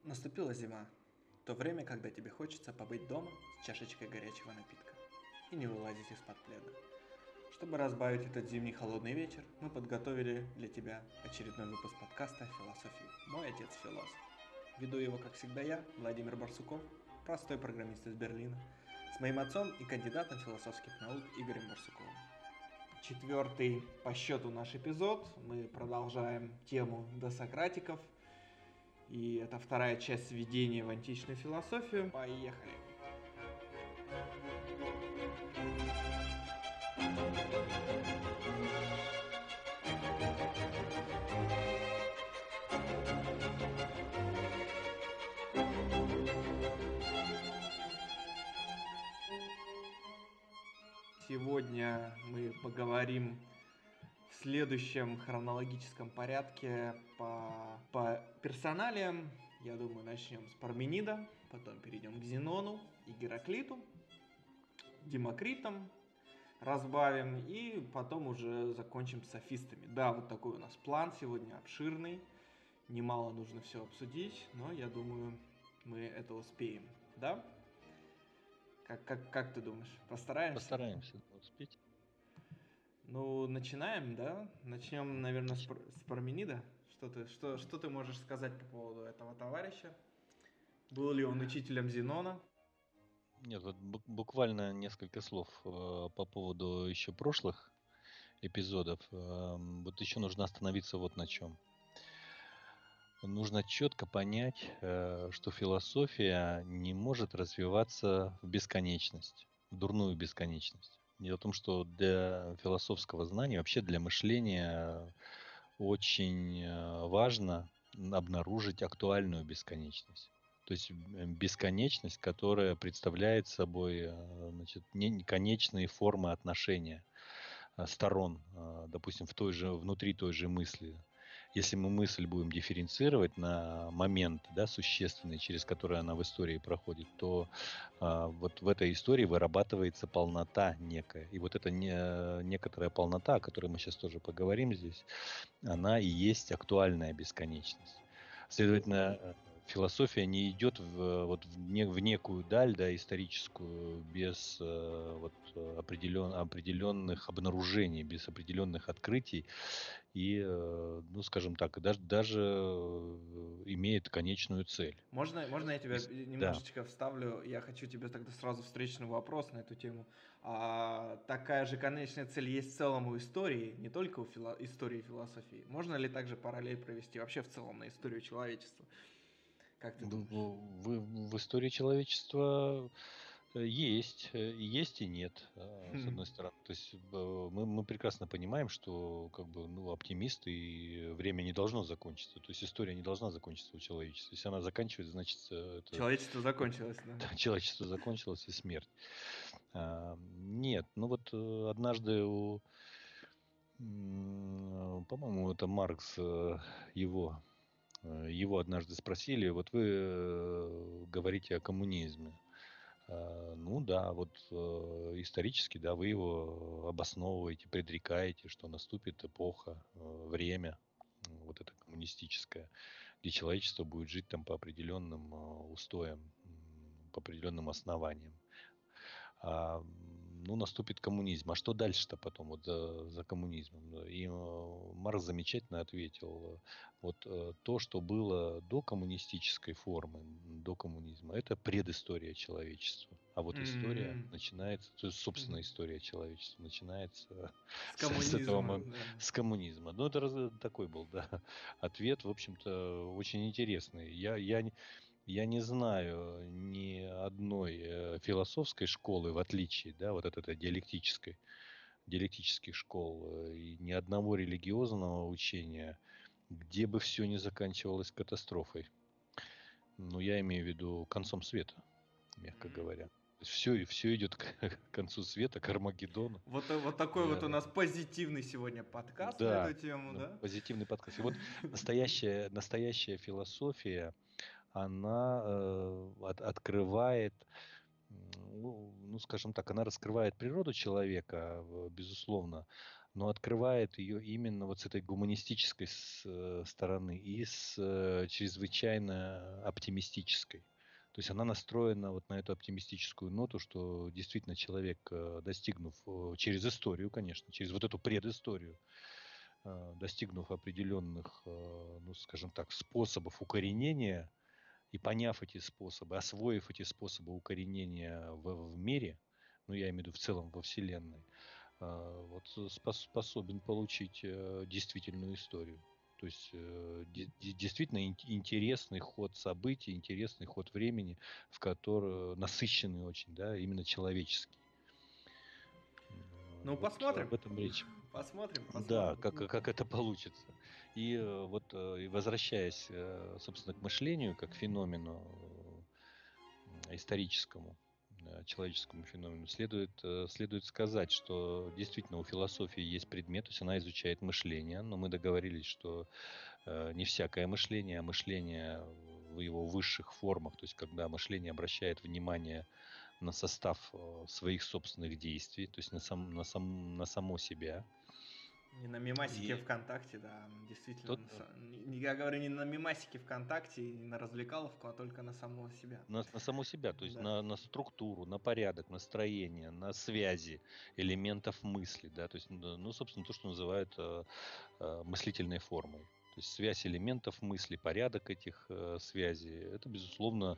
Наступила зима. То время, когда тебе хочется побыть дома с чашечкой горячего напитка и не вылазить из-под пледа. Чтобы разбавить этот зимний холодный вечер, мы подготовили для тебя очередной выпуск подкаста о философии «Мой отец философ». Веду его, как всегда, я, Владимир Барсуков, простой программист из Берлина, с моим отцом и кандидатом философских наук Игорем Барсуковым. Четвертый по счету наш эпизод. Мы продолжаем тему досократиков. И это вторая часть введения в античную философию. Поехали! Сегодня мы поговорим в следующем хронологическом порядке по персоналиям. Я думаю, начнем с Парменида, потом перейдем к Зенону и Гераклиту, Демокритом разбавим и потом уже закончим с софистами. Да, вот такой у нас план сегодня обширный, немало нужно все обсудить, но я думаю, мы это успеем, да? Как ты думаешь, постараемся? Постараемся успеть. Ну, начинаем, да? Начнем, наверное, с Парменида. Что ты можешь сказать по поводу этого товарища? Был ли он учителем Зенона? Нет, вот буквально несколько слов по поводу еще прошлых эпизодов. Вот еще нужно остановиться вот на чем. Нужно четко понять, что философия не может развиваться в бесконечность, в дурную бесконечность. Дело в том, что для философского знания, вообще для мышления очень важно обнаружить актуальную бесконечность. То есть бесконечность, которая представляет собой значит, неконечные формы отношения сторон, допустим, внутри той же мысли. Если мы мысль будем дифференцировать на моменты, да, существенные, через которые она в истории проходит, то вот в этой истории вырабатывается полнота некая. И вот эта некоторая полнота, о которой мы сейчас тоже поговорим здесь, она и есть актуальная бесконечность. Следовательно, философия не идет в некую даль, да, историческую, без определенных обнаружений, без определенных открытий. И, ну, скажем так, даже имеет конечную цель. Можно я тебя Да. немножечко вставлю? Я хочу тебе тогда сразу встречный вопрос на эту тему. Такая же конечная цель есть в целом у истории, не только у истории философии. Можно ли также параллель провести вообще в целом на историю человечества? Как ты думаешь? В истории человечества есть и нет, с одной стороны. То есть мы прекрасно понимаем, что как бы, ну, оптимисты, и время не должно закончиться. То есть история не должна закончиться у человечества. Если она заканчивается, значит, Человечество закончилось, да? человечество закончилось и смерть. Нет, ну вот однажды по-моему, это Маркс, его однажды спросили, вот вы говорите о коммунизме. Ну да, вот исторически, да, вы его обосновываете, предрекаете, что наступит эпоха, время, вот это коммунистическое, где человечество будет жить там по определенным устоям, по определенным основаниям. Ну, наступит коммунизм. А что дальше-то потом вот за коммунизмом? Да? И Маркс замечательно ответил. Вот то, что было до коммунистической формы, до коммунизма, это предыстория человечества. А вот история начинается, то есть, собственно, история человечества начинается С с этого коммунизма, момента, да. с коммунизма. Ну, это такой был, да, ответ, в общем-то, очень интересный. Я не знаю ни одной философской школы, в отличие, да, вот от этой диалектических школ, и ни одного религиозного учения, где бы все не заканчивалось катастрофой. Ну, я имею в виду концом света, мягко говоря. Все идет к концу света, к Армагеддону. Вот такой вот у нас позитивный сегодня подкаст на Да, эту тему, да, да? позитивный подкаст. И вот настоящая философия, она открывает, ну, скажем так, она раскрывает природу человека, безусловно, но открывает ее именно вот с этой гуманистической стороны и с чрезвычайно оптимистической. То есть она настроена вот на эту оптимистическую ноту, что действительно человек, достигнув через историю, конечно, через вот эту предысторию, достигнув определенных, ну, скажем так, способов укоренения и поняв эти способы, освоив эти способы укоренения в мире, ну, я имею в виду в целом во Вселенной, вот способен получить действительную историю. То есть действительно интересный ход событий, интересный ход времени, в который насыщенный очень, да, именно человеческий. Ну, Вот посмотрим. об этом речь. Посмотрим, Да, посмотрим. как это получится. И вот и возвращаясь, собственно, к мышлению, как феномену историческому, человеческому феномену, следует сказать, что действительно у философии есть предмет, то есть она изучает мышление, но мы договорились, что не всякое мышление, а мышление в его высших формах, то есть когда мышление обращает внимание на состав своих собственных действий, то есть на само себя. Не на мемасике И ВКонтакте, да, действительно. тот, Я говорю не на мемасике ВКонтакте, не на развлекаловку, а только на самого себя. на само себя, то есть Да. на структуру, на порядок, на строение, на связи элементов мысли, да, то есть, ну, собственно, то, что называют мыслительной формой. То есть связь элементов мысли, порядок этих связей, это, безусловно,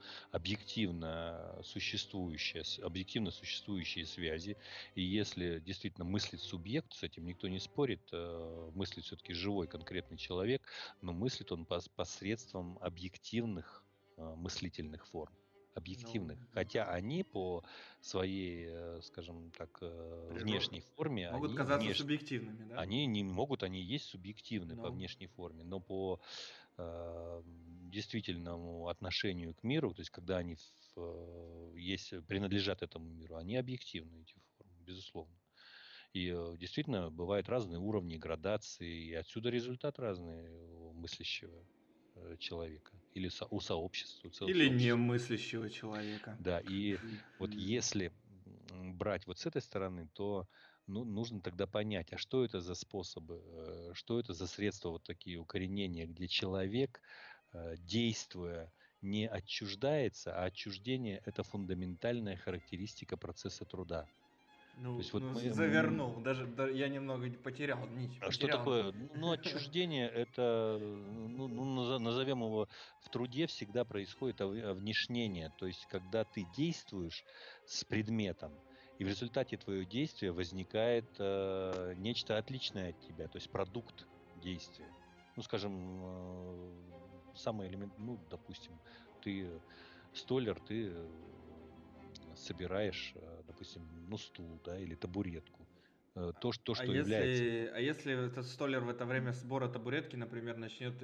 объективно существующие связи. И если действительно мыслит субъект, с этим никто не спорит, мыслит все-таки живой конкретный человек, но мыслит он посредством объективных мыслительных форм. Ну, Объективных. Хотя они по своей, скажем так, природа. внешней форме, Могут они казаться внешне. субъективными, да? Они не могут, они есть субъективны по Ну, внешней форме, но по действительному отношению к миру, то есть когда они принадлежат этому миру, они объективны, эти формы, безусловно. И действительно бывают разные уровни градации, и отсюда результат разный у мыслящего человека или у сообщества, или сообщества. немыслящего человека. Да, и вот если брать вот с этой стороны, то ну, нужно тогда понять, а что это за способы, что это за средства вот такие укоренения, где человек, действуя, не отчуждается, а отчуждение – это фундаментальная характеристика процесса труда. То есть вот Завернул. Даже я немного потерял нить. а что Потерял. такое? Ну, отчуждение – это, ну, назовем его, в труде всегда происходит овнешнение. То есть, когда ты действуешь с предметом, и в результате твоего действия возникает нечто отличное от тебя, то есть продукт действия. Ну, скажем, самый элемент, ну, допустим, ты столер, ты собираешь, допустим, ну, стул, да, или табуретку. Что является. А если этот столер в это время сбора табуретки, например, начнет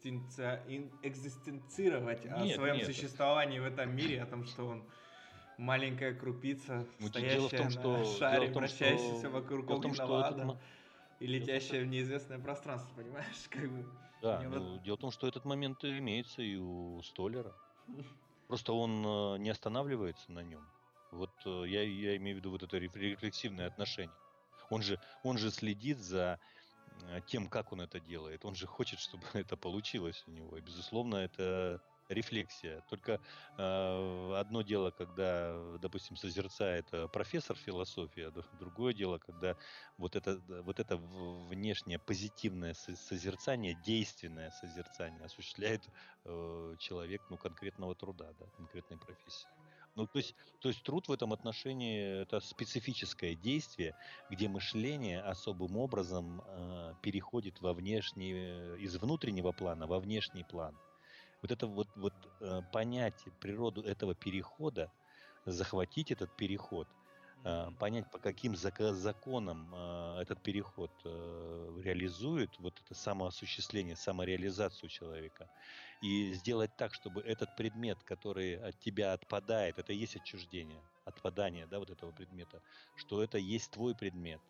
экзистенцировать о Нет, своем нет. существовании в этом мире, о том, что он маленькая крупица, Ну, дело в стоящая том, на что дело в шаре, том, вращающаяся что вокруг дело в том, что огненного ада и дело в том, что летящая в неизвестное пространство, понимаешь? Как бы да, мне вот ну дело в том, что этот момент имеется и у Столяра. Просто он не останавливается на нем. Вот я имею в виду вот это рефлексивное отношение. Он же следит за тем, как он это делает. Он же хочет, чтобы это получилось у него. И, безусловно, это рефлексия. Только одно дело, когда, допустим, созерцает профессор философии, а другое дело, когда вот это внешнее позитивное созерцание, действенное созерцание осуществляет человек, ну, конкретного труда, да, конкретной профессии. Ну, то есть труд в этом отношении это специфическое действие, где мышление особым образом переходит из внутреннего плана во внешний план. Вот это вот понять природу этого перехода, захватить этот переход, понять, по каким законам этот переход реализует вот это самоосуществление, самореализацию человека, и сделать так, чтобы этот предмет, который от тебя отпадает, это и есть отчуждение, отпадание, да, вот этого предмета, что это есть твой предмет,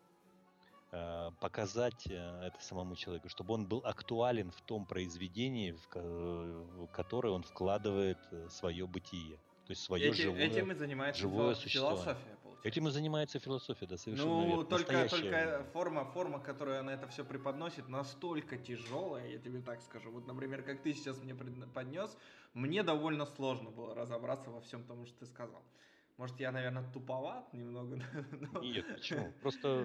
показать это самому человеку, чтобы он был актуален в том произведении, в которое он вкладывает свое бытие, то есть свое этим и занимается живое существование. философия, получается. Этим и получается. занимается философия, да, совершенно Ну, верно. Настоящая. только форма, которую она это все преподносит, настолько тяжелая, я тебе так скажу. Вот, например, как ты сейчас мне поднес, мне довольно сложно было разобраться во всем том, что ты сказал. Может, я, наверное, туповат немного, но... Нет, почему? Просто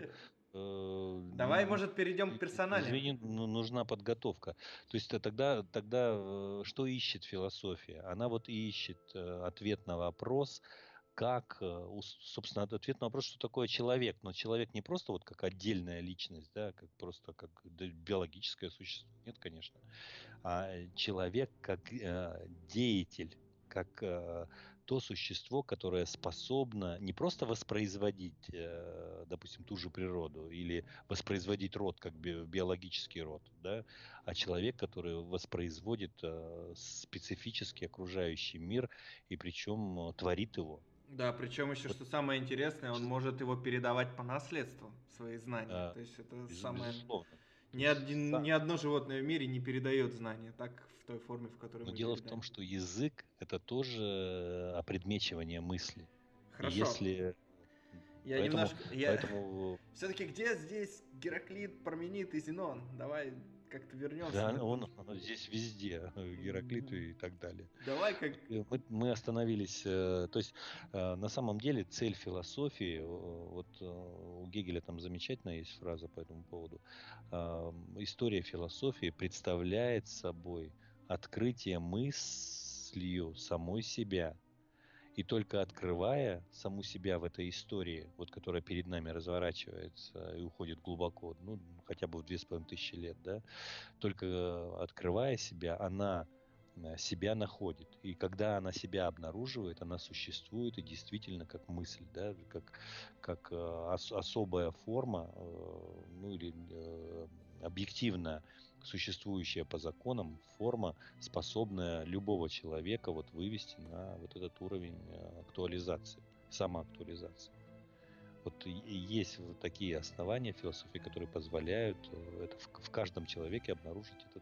Давай, может, перейдем к персоналиям. извини, нужна подготовка. То есть тогда что ищет философия? Она вот ищет ответ на вопрос, как, собственно, ответ на вопрос, что такое человек. Но человек не просто вот как отдельная личность, да, как просто как биологическое существо. Нет, конечно. А человек как деятель, как то существо, которое способно не просто воспроизводить, допустим, ту же природу или воспроизводить род, как биологический род, да, а человек, который воспроизводит специфический окружающий мир и причем творит его. Да, причем еще, Вот, что самое интересное, он может его передавать по наследству, свои знания. э, То есть это самое... безусловно. То есть Ни одно животное в мире не передает знания так в той форме, в которой Но мы дело в том, передаем. что язык — это тоже опредмечивание мысли. И Хорошо. если... Я Поэтому, немножко... поэтому Все-таки где здесь Гераклит, Парменид и Зенон? Давай как-то вернемся да, на он, этот... он здесь везде, Гераклит и так далее. Давай как... Мы остановились, то есть на самом деле цель философии, вот у Гегеля там замечательная есть фраза по этому поводу, история философии представляет собой открытие мыслью самой себя. И только открывая саму себя в этой истории, вот которая перед нами разворачивается и уходит глубоко, ну, хотя бы в 2500 лет, да, только открывая себя, она себя находит. И когда она себя обнаруживает, она существует и действительно как мысль, да, как особая форма, ну или объективно существующая по законам форма, способная любого человека вот вывести на вот этот уровень актуализации, самоактуализации. Вот и есть вот такие основания философии, которые позволяют это в каждом человеке обнаружить этот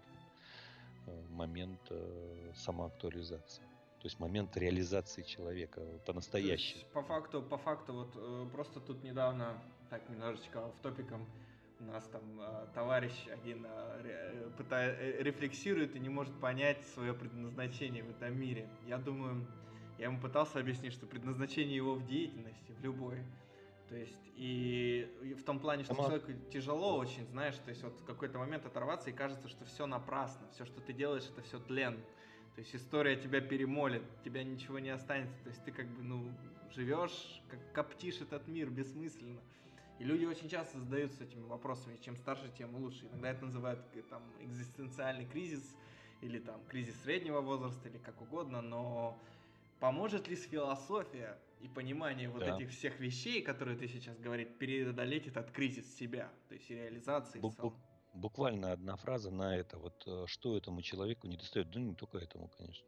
момент самоактуализации. То есть момент реализации человека То по-настоящему. есть, по факту, вот просто тут недавно, так немножечко в топиком, у нас там товарищ один рефлексирует и не может понять свое предназначение в этом мире. Я думаю, я ему пытался объяснить, что предназначение его в деятельности, в любой. То есть, и в том плане, что Сама... человеку тяжело очень, знаешь, то есть вот в какой-то момент оторваться, и кажется, что все напрасно, все, что ты делаешь, это все тлен. То есть история тебя перемолит, тебя ничего не останется. То есть ты как бы, ну, живешь, как коптишь этот мир бессмысленно. И люди очень часто задаются этими вопросами, чем старше, тем лучше. Иногда это называют там экзистенциальный кризис, или там кризис среднего возраста, или как угодно, но поможет ли философия и понимание вот Да. этих всех вещей, которые ты сейчас говоришь, преодолеть этот кризис себя, то есть реализации в целом? Буквально одна фраза на это. Вот что этому человеку недостает? Да не только этому, конечно.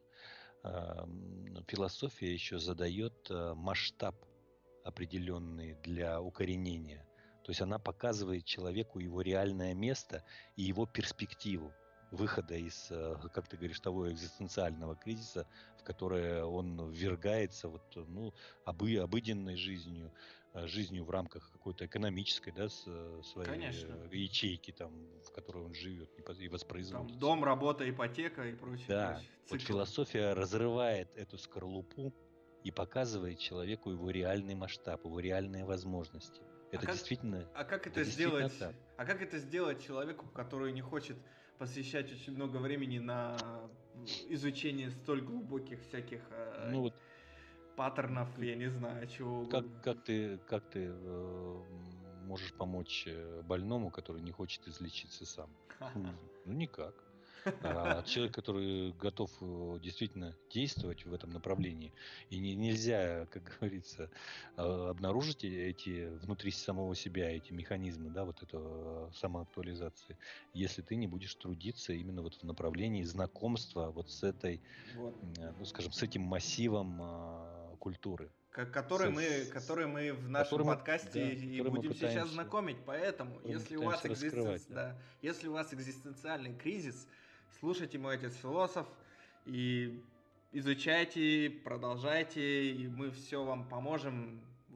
Философия еще задает масштаб определенный для укоренения. То есть она показывает человеку его реальное место и его перспективу выхода из, как ты говоришь, того экзистенциального кризиса, в которое он ввергается вот, ну, обыденной жизнью, жизнью в рамках какой-то экономической, да, своей Конечно. ячейки, там, в которой он живет и Там воспроизводит дом, себя. работа, ипотека и прочее, Да, прочее. вот Циклы. философия разрывает эту скорлупу и показывает человеку его реальный масштаб, его реальные возможности. А Это как, действительно, а как это это действительно сделать? так. А как это сделать человеку, который не хочет посвящать очень много времени на изучение столь глубоких всяких Ну вот паттернов, я не знаю, чего угодно? как ты можешь помочь больному, который не хочет излечиться сам? Ну никак. А человек, который готов действительно действовать в этом направлении, и нельзя, как говорится, обнаружить эти внутри самого себя, эти механизмы, да, вот этого самоактуализации, если ты не будешь трудиться именно вот в направлении знакомства вот с этой, Вот. ну, скажем, с этим массивом культуры, Который мы в нашем который мы, подкасте да, и который мы будем сейчас пытаемся, знакомить. Поэтому, который мы пытаемся раскрывать, да. если у вас экзистенциальный кризис, слушайте мой отец философ и изучайте, продолжайте, и мы все вам поможем. Вот.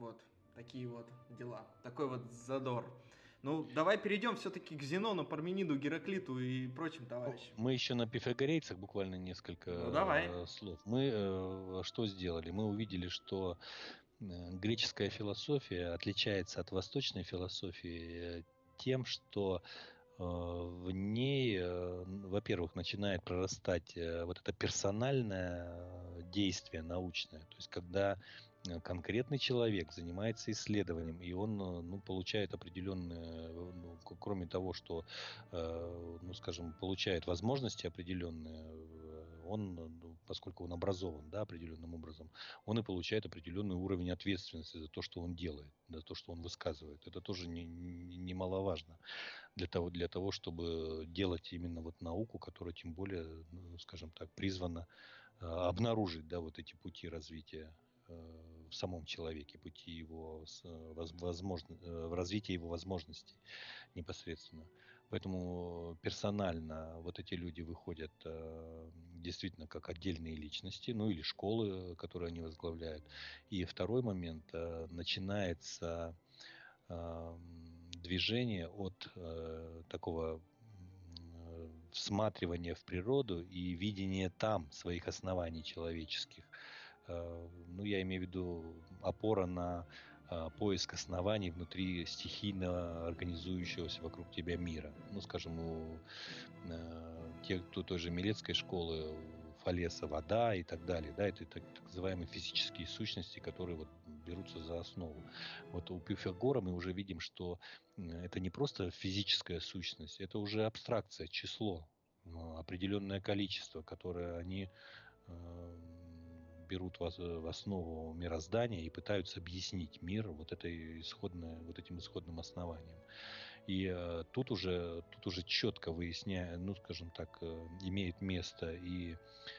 Такие вот дела. Такой вот задор. Ну, давай перейдем все-таки к Зенону, Пармениду, Гераклиту и прочим товарищам. Мы еще на пифагорейцах буквально Ну, несколько давай. слов. Мы что сделали? Мы увидели, что греческая философия отличается от восточной философии тем, что в ней, во-первых, начинает прорастать вот это персональное действие научное. То есть, когда конкретный человек занимается исследованием, и он, ну, получает определенные, ну, кроме того, что, ну, скажем, получает возможности определенные, он, ну, поскольку он образован, да, определенным образом, он и получает определенный уровень ответственности за то, что он делает, за то, что он высказывает. Это тоже немаловажно для того, чтобы делать именно вот науку, которая тем более, ну, скажем так, призвана обнаружить, да, вот эти пути развития в самом человеке, пути его в развитии его возможностей непосредственно. Поэтому персонально вот эти люди выходят действительно как отдельные личности, ну или школы, которые они возглавляют. И второй момент, начинается движение от такого всматривания в природу и видения там своих оснований человеческих. Ну, я имею в виду опора на поиск оснований внутри стихийно организующегося вокруг тебя мира. Ну, скажем, у той же Милецкой школы, у Фалеса вода и так далее. Да, это так называемые физические сущности, которые вот берутся за основу. Вот у Пифагора мы уже видим, что это не просто физическая сущность, это уже абстракция, число, определенное количество, которое они берут в основу мироздания и пытаются объяснить мир вот этим исходным основанием. И тут уже четко выясняя, ну, скажем так, имеет место и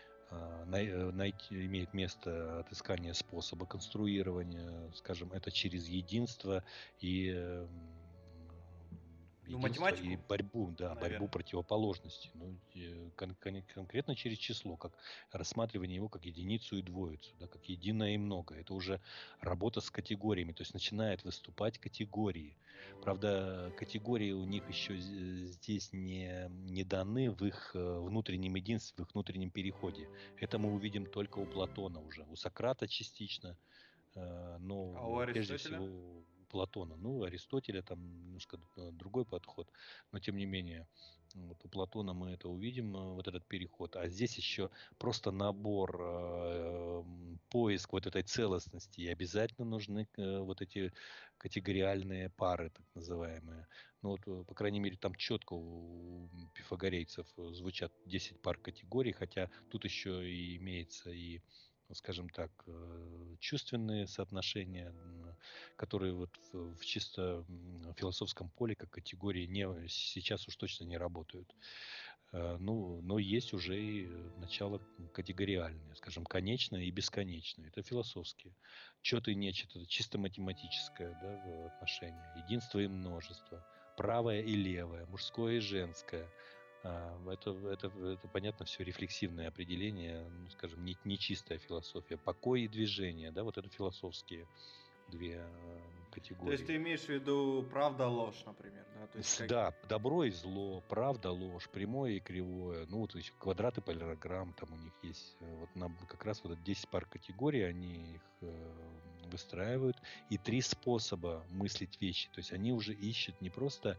имеет место отыскание способа конструирования, скажем, это через и Ну, единство и математику, борьбу, да, борьбу наверное. противоположностей. Ну, конкретно через число, как рассматривание его как единицу и двоицу, да, как единое и многое. Это уже работа с категориями, то есть начинает выступать категории. Правда, категории у них еще здесь не даны в их внутреннем единстве, в их внутреннем переходе. Это мы увидим только у Платона уже, у Сократа частично, А у но прежде Аристотеля? всего у Платона. Ну, у Аристотеля там немножко другой подход, но тем не менее, вот у Платона мы это увидим, вот этот переход. А здесь еще просто набор, поиск вот этой целостности. И обязательно нужны вот эти категориальные пары, так называемые. Ну вот, по крайней мере, там четко у пифагорейцев звучат 10 пар категорий, хотя тут еще и имеется и, скажем так, чувственные соотношения, которые вот в чисто философском поле как категории сейчас уж точно не работают. Ну, но есть уже и начало категориальное, скажем, конечное и бесконечное. Это философские. Чето и нечто, это чисто математическое, да, отношение. Единство и множество. Правое и левое, мужское и женское. Это понятно, все рефлексивное определение, ну, скажем, не чистая философия. Покой и движение, да, вот это философские две То есть категории. ты имеешь в виду правда, ложь, например, да? То есть как... Да, добро и зло, правда, ложь, прямое и кривое. Ну, вот еще квадрат и параллелограмм там у них есть. Вот как раз вот 10 пар категорий, они их выстраивают. И 3 способа мыслить вещи. То есть они уже ищут не просто,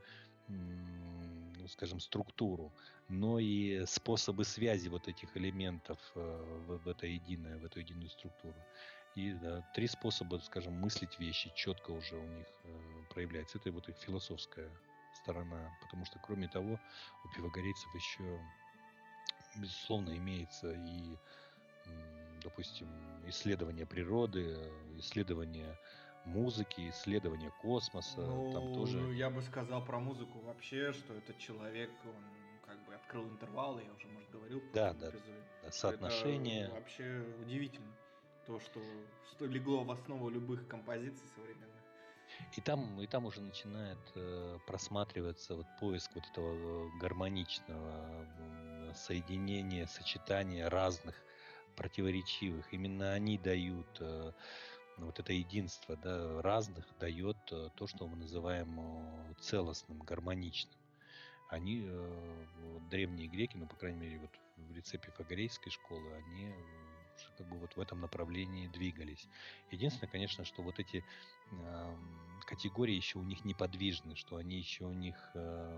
ну, скажем, структуру, но и способы связи вот этих элементов в в эту единую структуру. И да, 3 способа, скажем, мыслить вещи четко уже у них проявляется. Это вот их философская сторона. Потому что, кроме того, у пифагорейцев еще, безусловно, имеется и, допустим, исследование природы, исследование музыки, исследование космоса. Там Ну, тоже, я бы сказал про музыку вообще, что этот человек, он как бы открыл интервалы, я уже, может, говорил в да, прошлом да, эпизоде, да, что это соотношение. вообще удивительно. То, что легло в основу любых композиций современных. И там уже начинает просматриваться вот поиск вот этого гармоничного соединения, сочетания разных противоречивых. Именно они дают вот это единство, да, разных дает то, что мы называем целостным, гармоничным. Они, вот древние греки, ну, по крайней мере, вот в лице пифагорейской школы, они как бы вот в этом направлении двигались. Единственное, конечно, что вот эти категории еще у них неподвижны, что они еще у них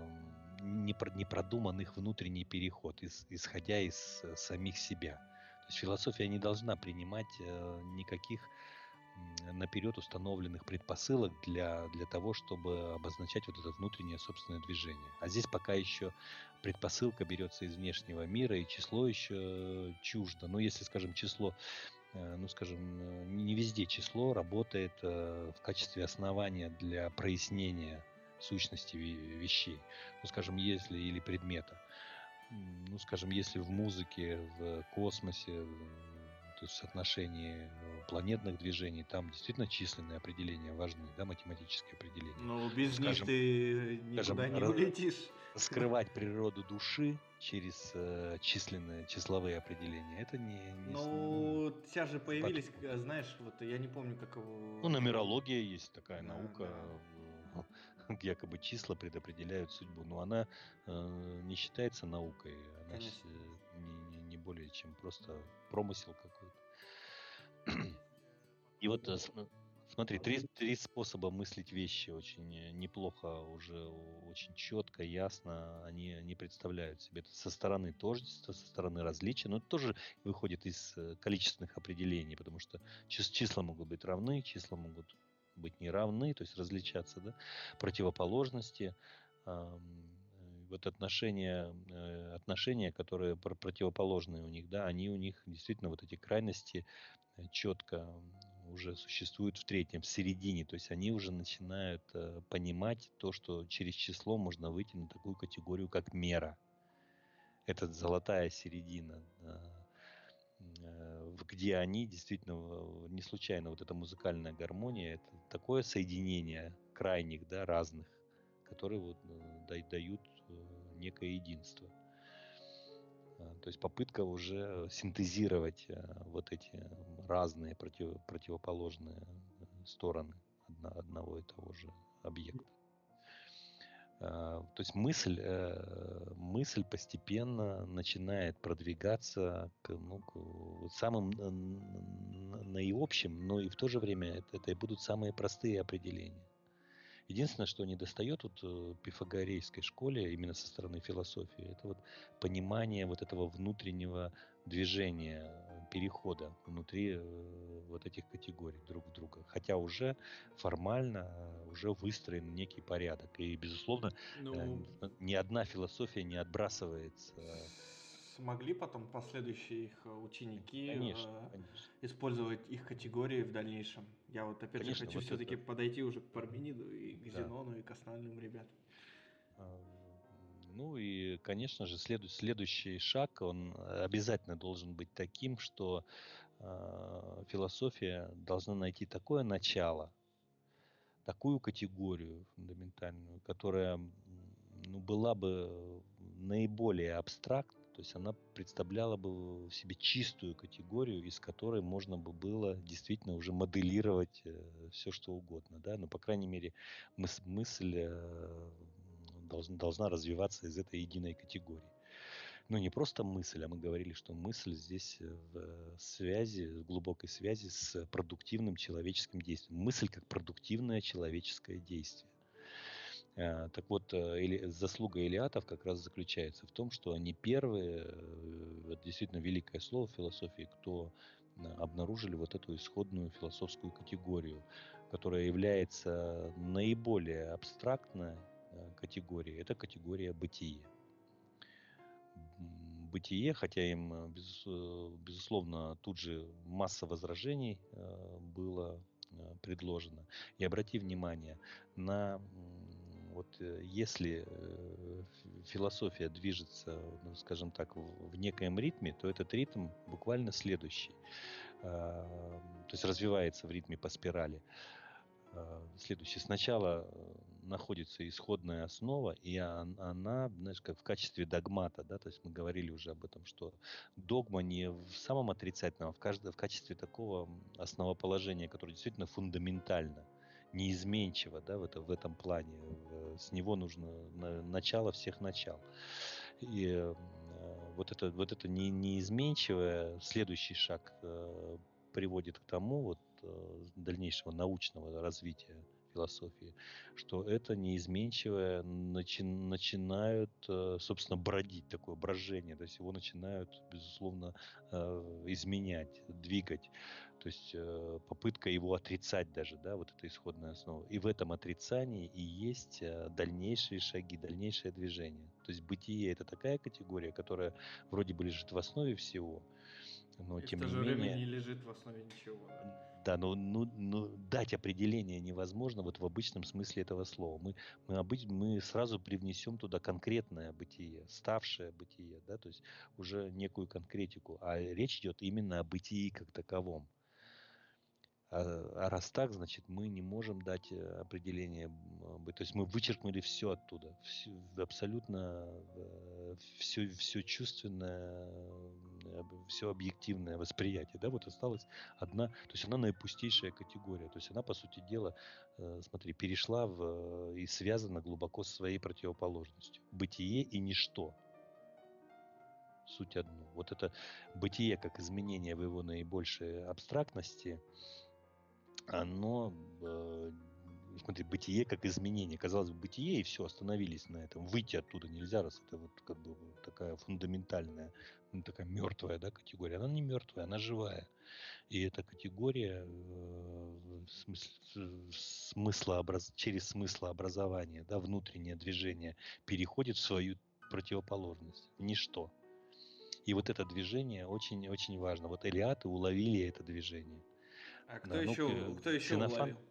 не продуман их внутренний переход, исходя из самих себя. То есть философия не должна принимать никаких наперед установленных предпосылок для того, чтобы обозначать вот это внутреннее собственное движение. А здесь пока еще предпосылка берется из внешнего мира, и число еще чуждо. Ну, если, скажем, число, ну, скажем, не везде число работает в качестве основания для прояснения сущности вещей. Ну, скажем, если или предмета. Ну, скажем, если в музыке, в космосе, то есть в соотношении планетных движений, там действительно численные определения важны, да, математические определения. Но без них Скажем, ты никуда не улетишь. скрывать природу души через численные, числовые определения, это Ну, сейчас же появились, способно. знаешь, вот я не помню, как его Ну, назвали. нумерология есть такая Да, наука, да. якобы числа предопределяют судьбу, но она не считается наукой, она Конечно. не более чем просто промысел какой-то. И вот смотри, три способа мыслить вещи очень неплохо, уже очень четко, ясно они представляют себе. Это со стороны тождества, со стороны различия, но это тоже выходит из количественных определений, потому что числа могут быть равны, числа могут быть неравны, то есть различаться, да, противоположности. Вот отношения, которые противоположные у них, да, они у них действительно вот эти крайности четко уже существуют в третьем, в середине. То есть они уже начинают понимать то, что через число можно выйти на такую категорию, как мера. Это золотая середина, где они действительно не случайно вот эта музыкальная гармония, это такое соединение крайних, да, разных, которые вот дают некое единство. То есть попытка уже синтезировать вот эти разные противоположные стороны одного и того же объекта. То есть мысль постепенно начинает продвигаться к самым наиобщим, но и в то же время это и будут самые простые определения. Единственное, что недостает пифагорейской школе именно со стороны философии, это вот понимание вот этого внутреннего движения, перехода внутри вот этих категорий друг в друга. Хотя уже формально уже выстроен некий порядок. И, безусловно, Ну, ни одна философия не отбрасывается. смогли потом последующие их ученики Конечно, конечно. использовать их категории в дальнейшем. Я вот опять же Конечно, хочу вот все-таки это, подойти уже к Пармениду и к да. Зенону и к остальным ребятам. Ну и, конечно же, следующий шаг, он обязательно должен быть таким, что философия должна найти такое начало, такую категорию фундаментальную, которая была бы наиболее абстрактна, то есть она представляла бы в себе чистую категорию, из которой можно бы было действительно уже моделировать все, что угодно. Да? Но, по крайней мере, мысль должна развиваться из этой единой категории. Ну, не просто мысль, а мы говорили, что мысль здесь в глубокой связи с продуктивным человеческим действием. Мысль как продуктивное человеческое действие. Так вот, заслуга Илиатов как раз заключается в том, что они первые, вот действительно великое слово в философии, кто обнаружили вот эту исходную философскую категорию, которая является наиболее абстрактной категорией. Это категория бытия. Бытие, хотя им, безусловно, тут же масса возражений было предложено. И обрати внимание на если философия движется, ну, скажем так, в некоем ритме, то этот ритм буквально следующий. То есть развивается в ритме по спирали. Следующий. Сначала находится исходная основа, и она, знаешь, как в качестве догмата, да, то есть мы говорили уже об этом, что догма не в самом отрицательном, а в качестве такого основоположения, которое действительно фундаментально, неизменчиво, да, в этом плане. С него нужно начало всех начал. И вот это неизменчивое, следующий шаг приводит к тому, дальнейшего научного развития философии, что это неизменчивое начинают, собственно, бродить, такое брожение, то есть его начинают, безусловно, изменять, двигать, то есть попытка его отрицать даже, да, вот эта исходная основа. И в этом отрицании и есть дальнейшие шаги, дальнейшее движение. То есть бытие — это такая категория, которая вроде бы лежит в основе всего, но И в тем то не же время менее, не лежит в основе ничего, да. да, но дать определение невозможно вот в обычном смысле этого слова. Мы сразу привнесем туда конкретное бытие, ставшее бытие, да, то есть уже некую конкретику. А речь идет именно о бытии как таковом. А раз так, значит, мы не можем дать определение. То есть мы вычеркнули все оттуда, абсолютно все чувственное, все объективное восприятие. Да, вот осталась одна, то есть она наипустейшая категория. То есть она, по сути дела, смотри, перешла и связана глубоко со своей противоположностью. Бытие и ничто. Суть одно. Вот это бытие как изменение в его наибольшей абстрактности, оно, смотри, бытие как изменение. Казалось бы, бытие, и все, остановились на этом. Выйти оттуда нельзя, раз это вот как бы вот такая фундаментальная, такая мертвая, да, категория. Она не мертвая, она живая. И эта категория через смыслообразование, да, внутреннее движение переходит в свою противоположность. Ничто. И вот это движение очень важно. Вот элиаты уловили это движение. А Да, кто еще Ксенофан, уловил?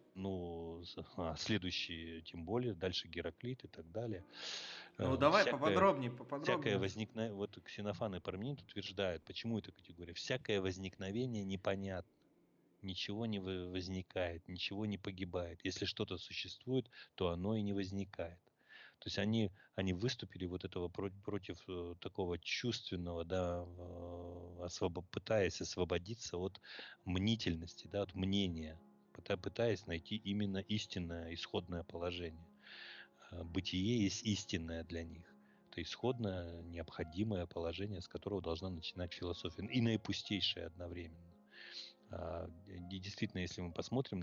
следующие, тем более, дальше Гераклит и так далее. Ну Э, давай всякое, поподробнее. вот Ксенофан и Парменид утверждают, почему эта категория. Всякое возникновение непонятно. Ничего не возникает, ничего не погибает. Если что-то существует, то оно и не возникает. То есть они выступили вот этого против такого чувственного, да, пытаясь освободиться от мнительности, да, от мнения, пытаясь найти именно истинное исходное положение. Бытие есть истинное для них. Это исходное, необходимое положение, с которого должна начинать философия. И наипустейшее одновременно. Действительно, если мы посмотрим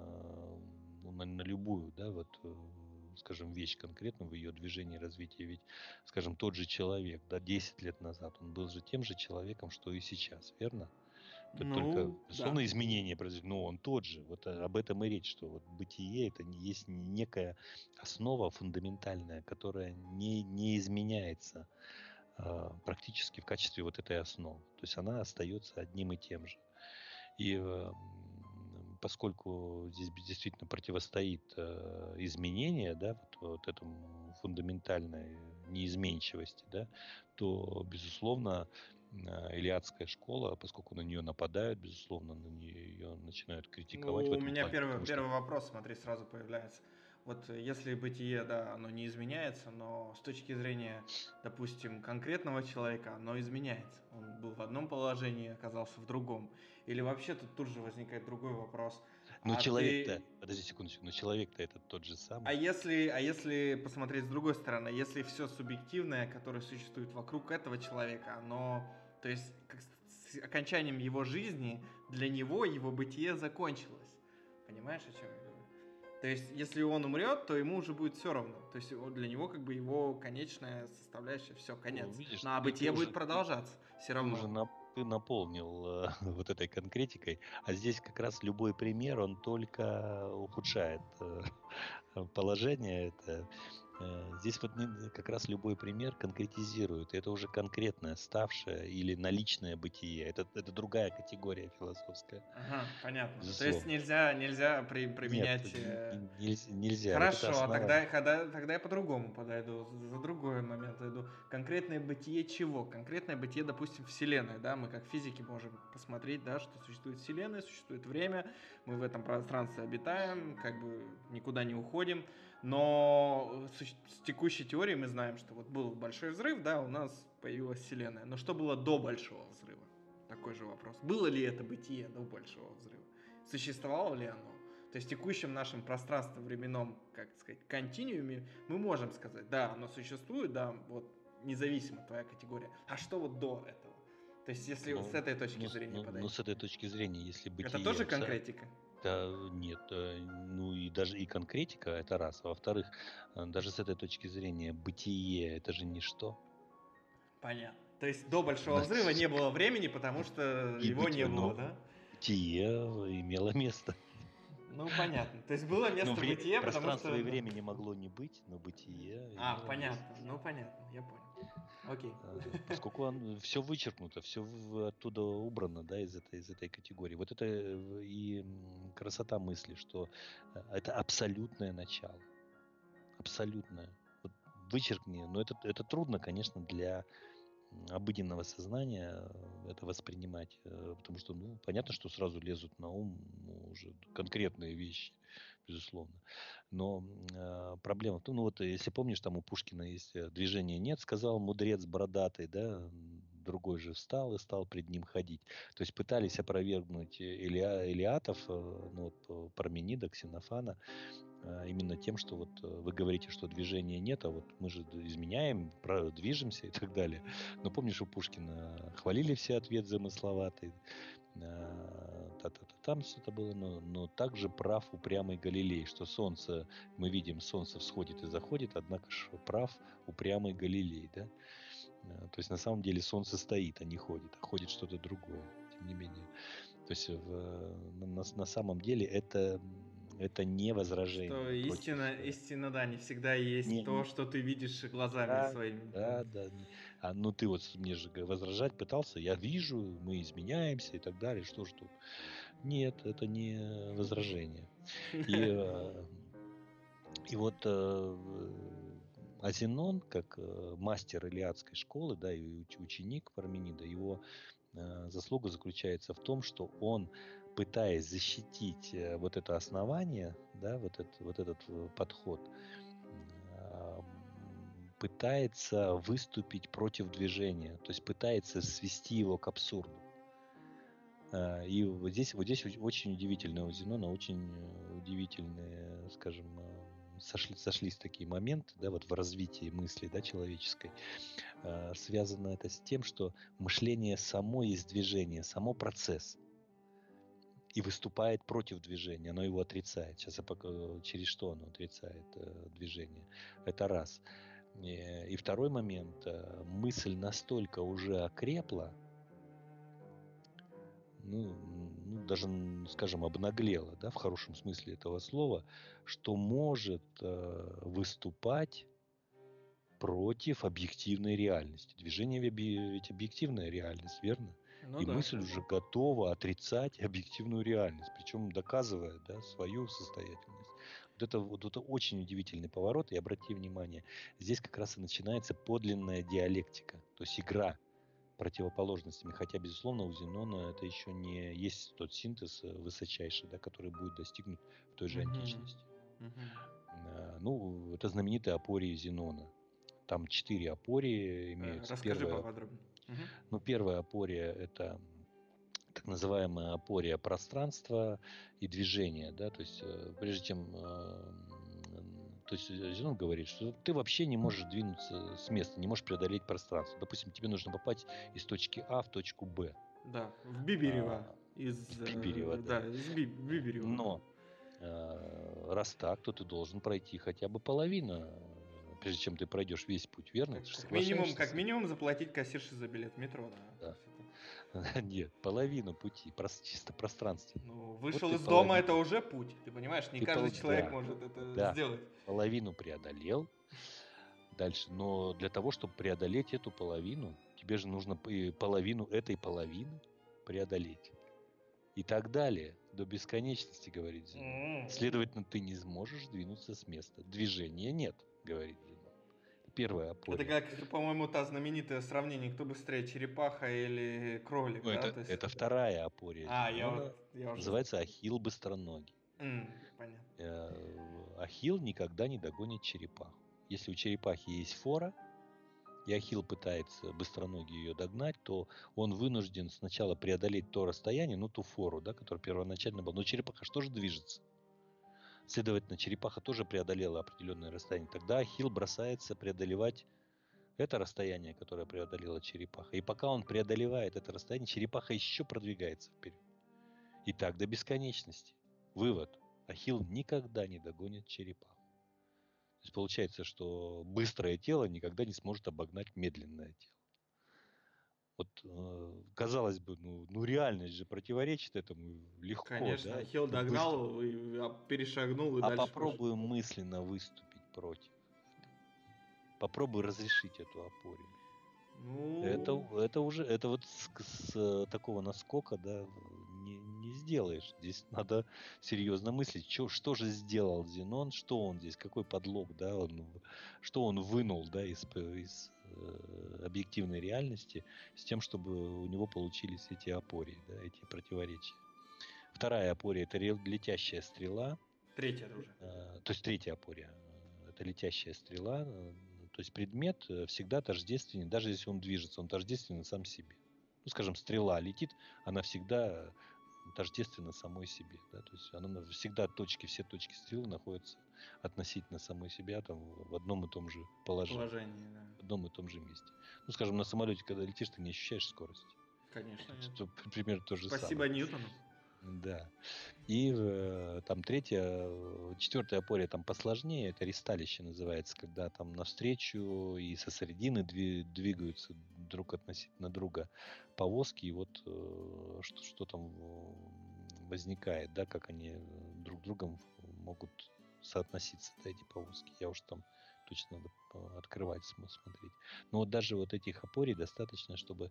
на любую, да, скажем, вещь конкретно в ее движении, развитии, ведь, скажем, тот же человек, да, 10 лет назад, он был же тем же человеком, что и сейчас, верно? Только, Ну, да. безусловно, изменения произошли, но он тот же. Вот об этом и речь, что вот бытие — это есть некая основа фундаментальная, которая не изменяется практически в качестве вот этой основы. То есть она остается одним и тем же. И поскольку здесь действительно противостоит изменение, да, вот этому фундаментальной неизменчивости, да, то, безусловно, Илиадская школа, поскольку на нее нападают, безусловно, на нее начинают критиковать в Ну, у этом меня плане, потому что первый вопрос, смотри, сразу появляется. Вот если бытие, да, оно не изменяется, но с точки зрения, допустим, конкретного человека, оно изменяется. Он был в одном положении, оказался в другом. Или вообще тут же возникает другой вопрос. но А человек-то, ты... подожди секундочку, но человек-то это тот же А самый. если посмотреть с другой стороны, если все субъективное, которое существует вокруг этого человека, оно, то есть как с окончанием его жизни, для него его бытие закончилось. Понимаешь, о чем я говорю? То есть, если он умрет, то ему уже будет все равно. То есть для него как бы его конечная составляющая, все, Ну, конец. видишь, Ну а ты бытие будет уже продолжаться все ты уже равно. ты наполнил вот этой конкретикой, а здесь как раз любой пример, он только ухудшает положение. Здесь вот как раз любой пример конкретизирует. Это уже конкретное, ставшее или наличное бытие. Это другая категория философская, Ага, понятно. То есть безусловно. нельзя Нет, применять нельзя. Вот это Хорошо, основа. тогда я по-другому подойду, за другой момент иду. Конкретное бытие чего? Конкретное бытие, допустим, Вселенной, да, мы как физики можем посмотреть, да, что существует Вселенная, существует время, мы в этом пространстве обитаем, как бы никуда не уходим, Но с текущей теорией мы знаем, что вот был большой взрыв, да, у нас появилась Вселенная. Но что было до большого взрыва? Такой же вопрос. Было ли это бытие до большого взрыва? Существовало ли оно? То есть в текущем нашем пространственно-временном, как сказать, континууме мы можем сказать, да, оно существует, да, вот независимо твоя категория. А что вот до этого? То есть если с этой точки зрения подойти. С этой точки зрения, если Это бытие... тоже конкретика? Да, нет, ну и даже и конкретика это раз. А во-вторых, даже с этой точки зрения, бытие это же ничто. Понятно. То есть до большого взрыва не было времени, потому что И его не было, да? Бытие имело место. Ну, понятно. То есть было место бытия, потому что... Пространство и времени могло не быть, но бытие имело понятно. место. Ну, понятно, я понял. Окей. Поскольку все вычеркнуто, все оттуда убрано, да, из этой категории. Вот это и красота мысли, что это абсолютное начало. Абсолютное. Вот вычеркни. Но это трудно, конечно, для обыденного сознания это воспринимать, потому что, ну, понятно, что сразу лезут на ум уже конкретные вещи, безусловно. Но проблема в том, ну вот если помнишь, там у Пушкина есть «Движения нет», сказал мудрец бородатый, да, другой же встал и стал пред ним ходить. То есть пытались опровергнуть Илиатов, ну, вот, Парменида, Ксенофана, именно тем, что вот вы говорите, что движения нет, а вот мы же изменяем, движемся и так далее. Но помнишь, у Пушкина хвалили все ответ замысловатый, там что-то было, но также прав упрямый Галилей, что солнце, мы видим, солнце всходит и заходит, однако же прав упрямый Галилей, да? То есть на самом деле солнце стоит, а не ходит, а ходит что-то другое, тем не менее. То есть на самом деле это не возражение. Что истина, да, не всегда есть то, что ты видишь глазами своими. Да. Ну ты вот мне же возражать пытался, я вижу, мы изменяемся и так далее, что ж тут? Нет, это не возражение. И вот Азенон, как мастер Илиадской школы, да, и ученик Парменида, его заслуга заключается в том, что он, пытаясь защитить вот это основание, да, вот этот подход, пытается выступить против движения, то есть пытается свести его к абсурду. И вот здесь очень удивительное у Зенона, очень удивительные, скажем, сошлись такие моменты, да, вот в развитии мысли, да, человеческой. Связано это с тем, что мышление само есть движение, само процесс. И выступает против движения, оно его отрицает. Сейчас я покажу, через что оно отрицает движение. Это раз. И второй момент. Мысль настолько уже окрепла, ну, даже, скажем, обнаглела, да, в хорошем смысле этого слова, что может выступать против объективной реальности. Движение ведь объективная реальность, верно? Ну, и да. мысль уже готова отрицать объективную реальность, причем доказывая, да, свою состоятельность. Вот это очень удивительный поворот, и обрати внимание, здесь как раз и начинается подлинная диалектика, то есть игра противоположностями, хотя, безусловно, у Зенона это еще не есть тот синтез высочайший, да, который будет достигнут в той же античности. Ну, это знаменитые апории Зенона. Там 4 апории имеются. Расскажи поподробнее. Ну, первая апория – это так называемая апория пространства и движения, да, то есть прежде чем, то есть Зенон говорит, что ты вообще не можешь двинуться с места, не можешь преодолеть пространство. Допустим, тебе нужно попасть из точки А в точку Б. Да, в Биберево. В Биберево, да. Из Биберева. Но раз так, то ты должен пройти хотя бы половину, прежде чем ты пройдешь весь путь, верно? Как минимум заплатить кассирше за билет в метро, да. Нет, половину пути, чисто пространственно. Ну, вышел из дома, это уже путь. Ты понимаешь, не каждый человек может это сделать. Половину преодолел. Дальше, но для того, чтобы преодолеть эту половину, тебе же нужно половину этой половины преодолеть. И так далее, до бесконечности, говорит Зенон. Следовательно, ты не сможешь двинуться с места. Движения нет, говорит Зенон. Первая апория. Это как, по-моему, та знаменитое сравнение, кто быстрее, черепаха или кролик. Ну, да? это вторая апория Зенона. Я уже... Называется Ахилл быстроногий. Понятно. Ахилл никогда не догонит черепаху. Если у черепахи есть фора, и Ахилл пытается быстроногий ее догнать, то он вынужден сначала преодолеть то расстояние, ну ту фору, да, которая первоначально была. Но черепаха что же движется? Следовательно, черепаха тоже преодолела определенное расстояние. Тогда Ахилл бросается преодолевать это расстояние, которое преодолела черепаха. И пока он преодолевает это расстояние, черепаха еще продвигается вперед. И так до бесконечности. Вывод. Ахилл никогда не догонит черепаху. То есть получается, что быстрое тело никогда не сможет обогнать медленное тело. Вот казалось бы, ну реальность же противоречит этому легко, Конечно, да? Ахилл Быстро. догнал и перешагнул и А дальше пошел. попробуй мысленно выступить против этого. Попробуй разрешить эту опорию. Ну, Это уже, это вот с такого наскока, да, не сделаешь. Здесь надо серьезно мыслить, что же сделал Зенон, что он здесь, какой подлог, да, что он вынул, да, из объективной реальности с тем, чтобы у него получились эти опории, да, эти противоречия. Вторая опория – это летящая стрела. третья это уже. То есть третья опория – это летящая стрела. То есть предмет всегда тождественен, даже если он движется, он тождественен сам себе. Ну, скажем, стрела летит, она всегда тождественна самой себе. Да? То есть она всегда все точки стрелы находятся относительно самой себя там, в одном и том же положении, Положение, да. в одном и том же месте. Ну, скажем, на самолете, когда летишь, ты не ощущаешь скорости. Конечно, нет. Тут примерно то же Спасибо самое. Ньютону. Да. И там четвертая опория там посложнее, это ристалище называется, когда там навстречу и со средины двигаются друг относительно друга повозки, и вот что там возникает, да, как они друг с другом могут соотноситься, да, эти повозки. Я уж там точно надо открывать, смотреть. Но вот даже вот этих опорий достаточно, чтобы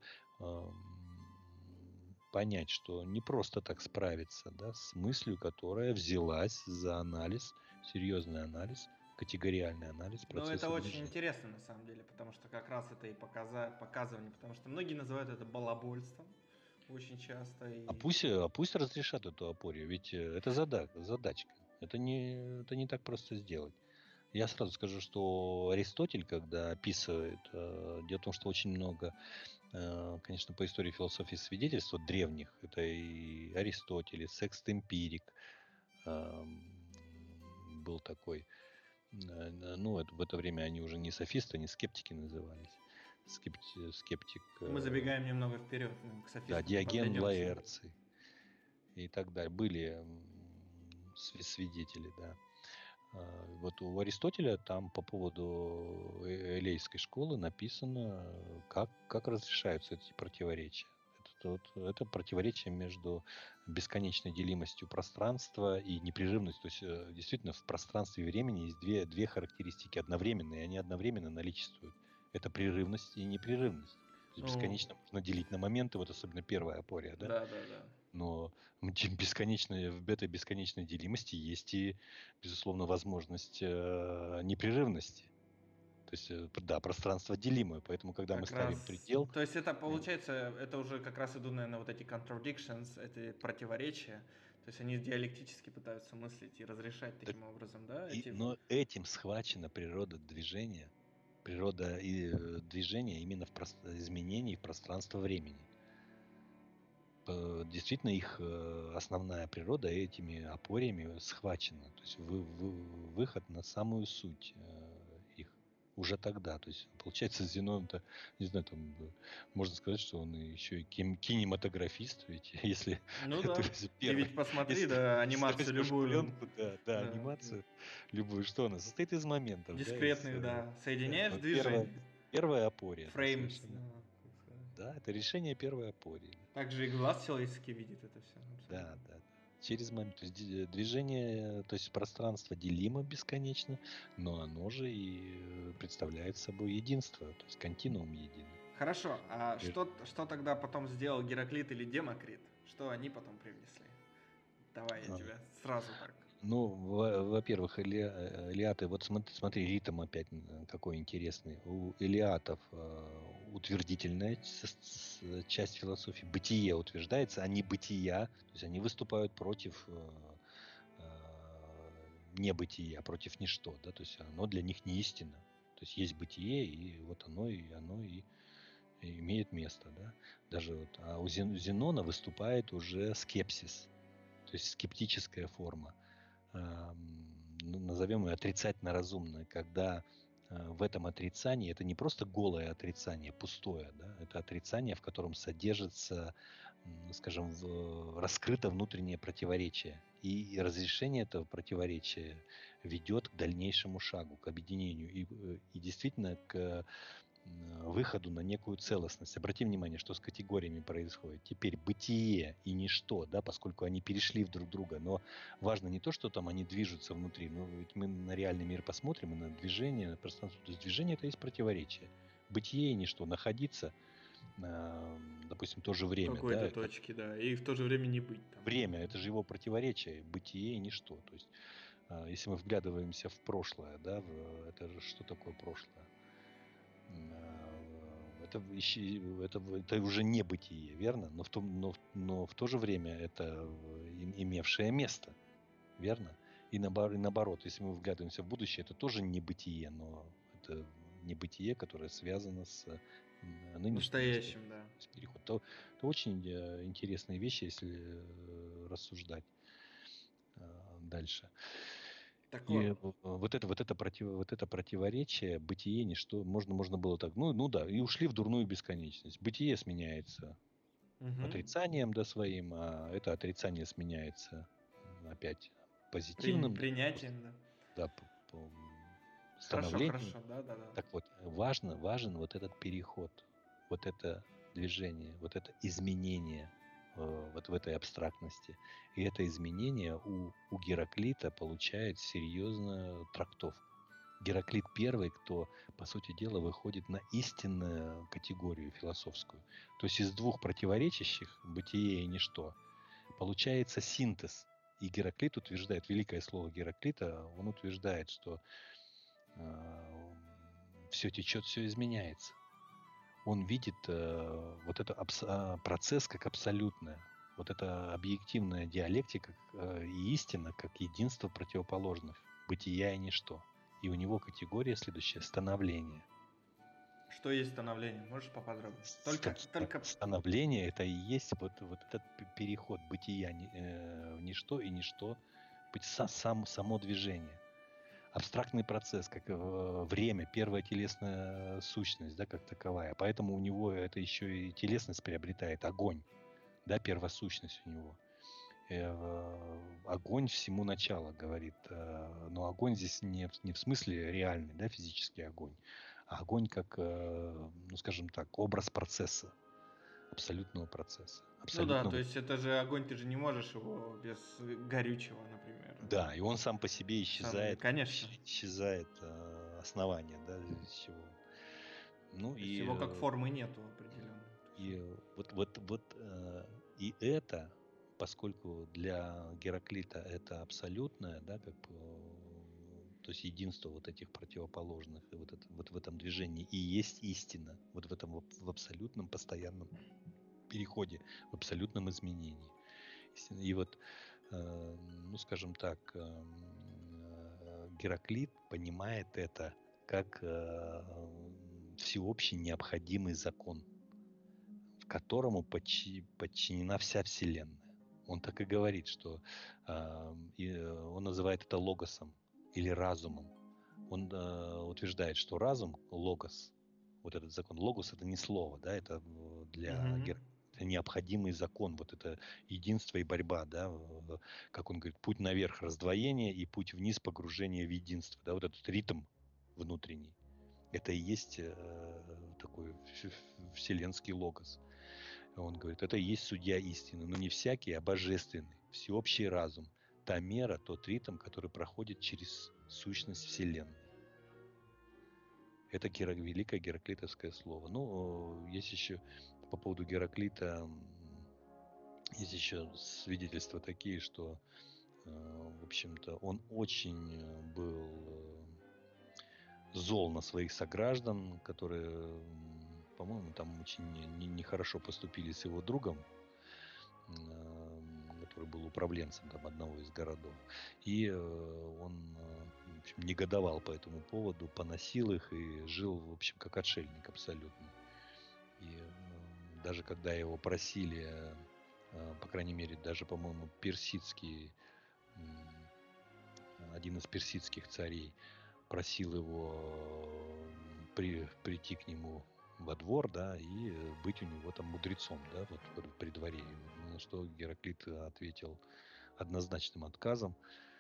понять, что не просто так справиться, да, с мыслью, которая взялась за анализ, серьезный анализ, категориальный анализ Ну, это процесса очень движения. интересно на самом деле, потому что как раз это и показывание, потому что многие называют это балабольством очень часто. А И... пусть разрешат эту опорию, ведь это задачка. Это не так просто сделать. Я сразу скажу, что Аристотель, когда описывает, дело в том, что очень много, конечно, по истории философии свидетельств от древних, это и Аристотель, и Секст Эмпирик, был такой. Ну, в это время они уже не софисты, они скептики назывались. Скептик, Мы забегаем немного вперед, к да, софистам Диоген подойдем. Лаэрций и так далее. Были свидетели, да. Вот у Аристотеля там по поводу элейской школы написано, как разрешаются эти противоречия. Это противоречие между бесконечной делимостью пространства и непрерывностью. То есть действительно в пространстве и времени есть две характеристики одновременные, и они одновременно наличествуют. Это прерывность и непрерывность. То есть Ну, бесконечно можно делить на моменты, вот особенно первая апория, да? да, да, да. Но в этой бесконечной делимости есть и, безусловно, возможность непрерывности. То есть, да, пространство делимое, поэтому, когда мы Как ставим раз, предел, то есть это получается, это уже как раз идут, наверное, вот эти contradictions, эти противоречия. То есть они диалектически пытаются мыслить и разрешать так таким образом, да, эти... но этим схвачена природа движения, движения именно изменений в пространство-времени. Действительно, их основная природа этими опориями схвачена. То есть выход на самую суть их уже тогда. То есть, получается, Зенон-то, не знаю, там, можно сказать, что он еще и кинематографист, ведь если Ну ты да. возьмешь Ты ведь посмотри, если, да, если анимацию возьмешь любую. пленку, да, Да. анимацию любую, что она состоит из моментов, да, Дискретных, да. да, Соединяешь но движение. первая опория, да, Фреймс, совершенно, да, как сказать. да, это решение первой опории. Также и глаз человеческий видит это все Да, абсолютно. да, да. Через момент. То есть движение, то есть пространство делимо бесконечно, но оно же и представляет собой единство, то есть континуум единый. Хорошо, а Движ- что тогда потом сделал Гераклит или Демокрит? Что они потом привнесли? Давай я а, тебя сразу так. Ну, во-первых, Илиаты, вот смотри, ритм опять какой интересный. У Илиатов утвердительная часть философии, бытие утверждается, а не бытия, то есть они выступают против небытие, против ничто, да, то есть оно для них не истина. То есть есть бытие, и вот оно и имеет место, да. Даже вот, а у Зенона выступает уже скепсис, то есть скептическая форма. Назовем ее отрицательно-разумной, когда в этом отрицании это не просто голое отрицание, пустое, да, это отрицание, в котором содержится, скажем, раскрыто внутреннее противоречие. И разрешение этого противоречия ведет к дальнейшему шагу, к объединению и действительно к выходу на некую целостность. Обрати внимание, что с категориями происходит. Теперь бытие и ничто, да, поскольку они перешли в друг друга, но важно не то, что там они движутся внутри, но ведь мы на реальный мир посмотрим, и на движение, на пространство. То есть движение — это есть противоречие. Бытие и ничто. Находиться, допустим, то же В время, да, какой-то это точке, да, и в то же время не быть там. время, это же его противоречие, бытие и ничто. То есть если мы вглядываемся в прошлое, да, это же что такое прошлое? Это уже не бытие, верно? Но в то же время это имевшее место, верно? И наоборот, если мы вглядываемся в будущее, это тоже не бытие, но это не бытие, которое связано с нынешним Настоящим, да. переход. Это очень интересные вещи, если рассуждать дальше. Так И вот. вот это противоречие, бытие, ничто, можно было так, ну да, и ушли в дурную бесконечность. Бытие сменяется Мгм. отрицанием, да, своим, а это отрицание сменяется опять позитивным, да, Принятием, да. да, Хорошо, становлением. хорошо, да-да-да. Так вот, важен вот этот переход, вот это движение, вот это изменение вот в этой абстрактности. И это изменение у Гераклита получает серьезную трактовку. Гераклит первый, кто, по сути дела, выходит на истинную категорию философскую. То есть из двух противоречащих, бытие и ничто, получается синтез. И Гераклит утверждает, великое слово Гераклита, он утверждает, что все течет, все изменяется. Он видит вот этот процесс как абсолютное. Вот это объективная диалектика и истина как единство противоположных. Бытия и ничто. И у него категория следующая — становление. Что есть становление? Можешь поподробнее? Только Становление — это и есть вот этот переход бытия в ничто и ничто, само движение. Абстрактный процесс, как время, первая телесная сущность, да, как таковая. Поэтому у него это еще и телесность приобретает, огонь, да, первосущность у него. Огонь всему начало, говорит. Но огонь здесь не в смысле реальный, да, физический огонь, а огонь как, ну, скажем так, образ процесса, абсолютного процесса, Ну да, то абсолютного. есть это же огонь, ты же не можешь его без горючего, например. Да, и он сам по себе исчезает, как Конечно. исчезает основание, да, из чего. Ну То есть его как формы нету определенной. и и это, поскольку для Гераклита это абсолютное, да, как то есть единство вот этих противоположных, и вот в этом движении и есть истина, вот в этом в абсолютном постоянном переходе, в абсолютном изменении. И вот, ну, скажем так, Гераклит понимает это как всеобщий необходимый закон, в которому подчинена вся Вселенная. Он так и говорит, что он называет это логосом или разумом. Он утверждает, что разум, логос, вот этот закон, логос — это не слово, да, это Мгм. это необходимый закон, вот это единство и борьба, да, как он говорит, путь наверх — раздвоение, и путь вниз — погружение в единство, да, вот этот ритм внутренний. Это и есть такой вселенский логос. Он говорит, это и есть судья истины, но не всякий, а божественный, всеобщий разум, та мера, тот ритм, который проходит через сущность Вселенной. Это великое гераклитовское слово. Ну, есть еще по поводу Гераклита, есть еще свидетельства такие, что, в общем-то, он очень был зол на своих сограждан, которые, по-моему, там очень нехорошо поступили с его другом, который который был управленцем там одного из городов. И он в общем, негодовал по этому поводу, поносил их и жил, в общем, как отшельник абсолютно. И даже когда его просили, по крайней мере, даже, по-моему, один из персидских царей просил его прийти к нему во двор, да, и быть у него там мудрецом, да, вот при дворе. На что Гераклит ответил однозначным отказом,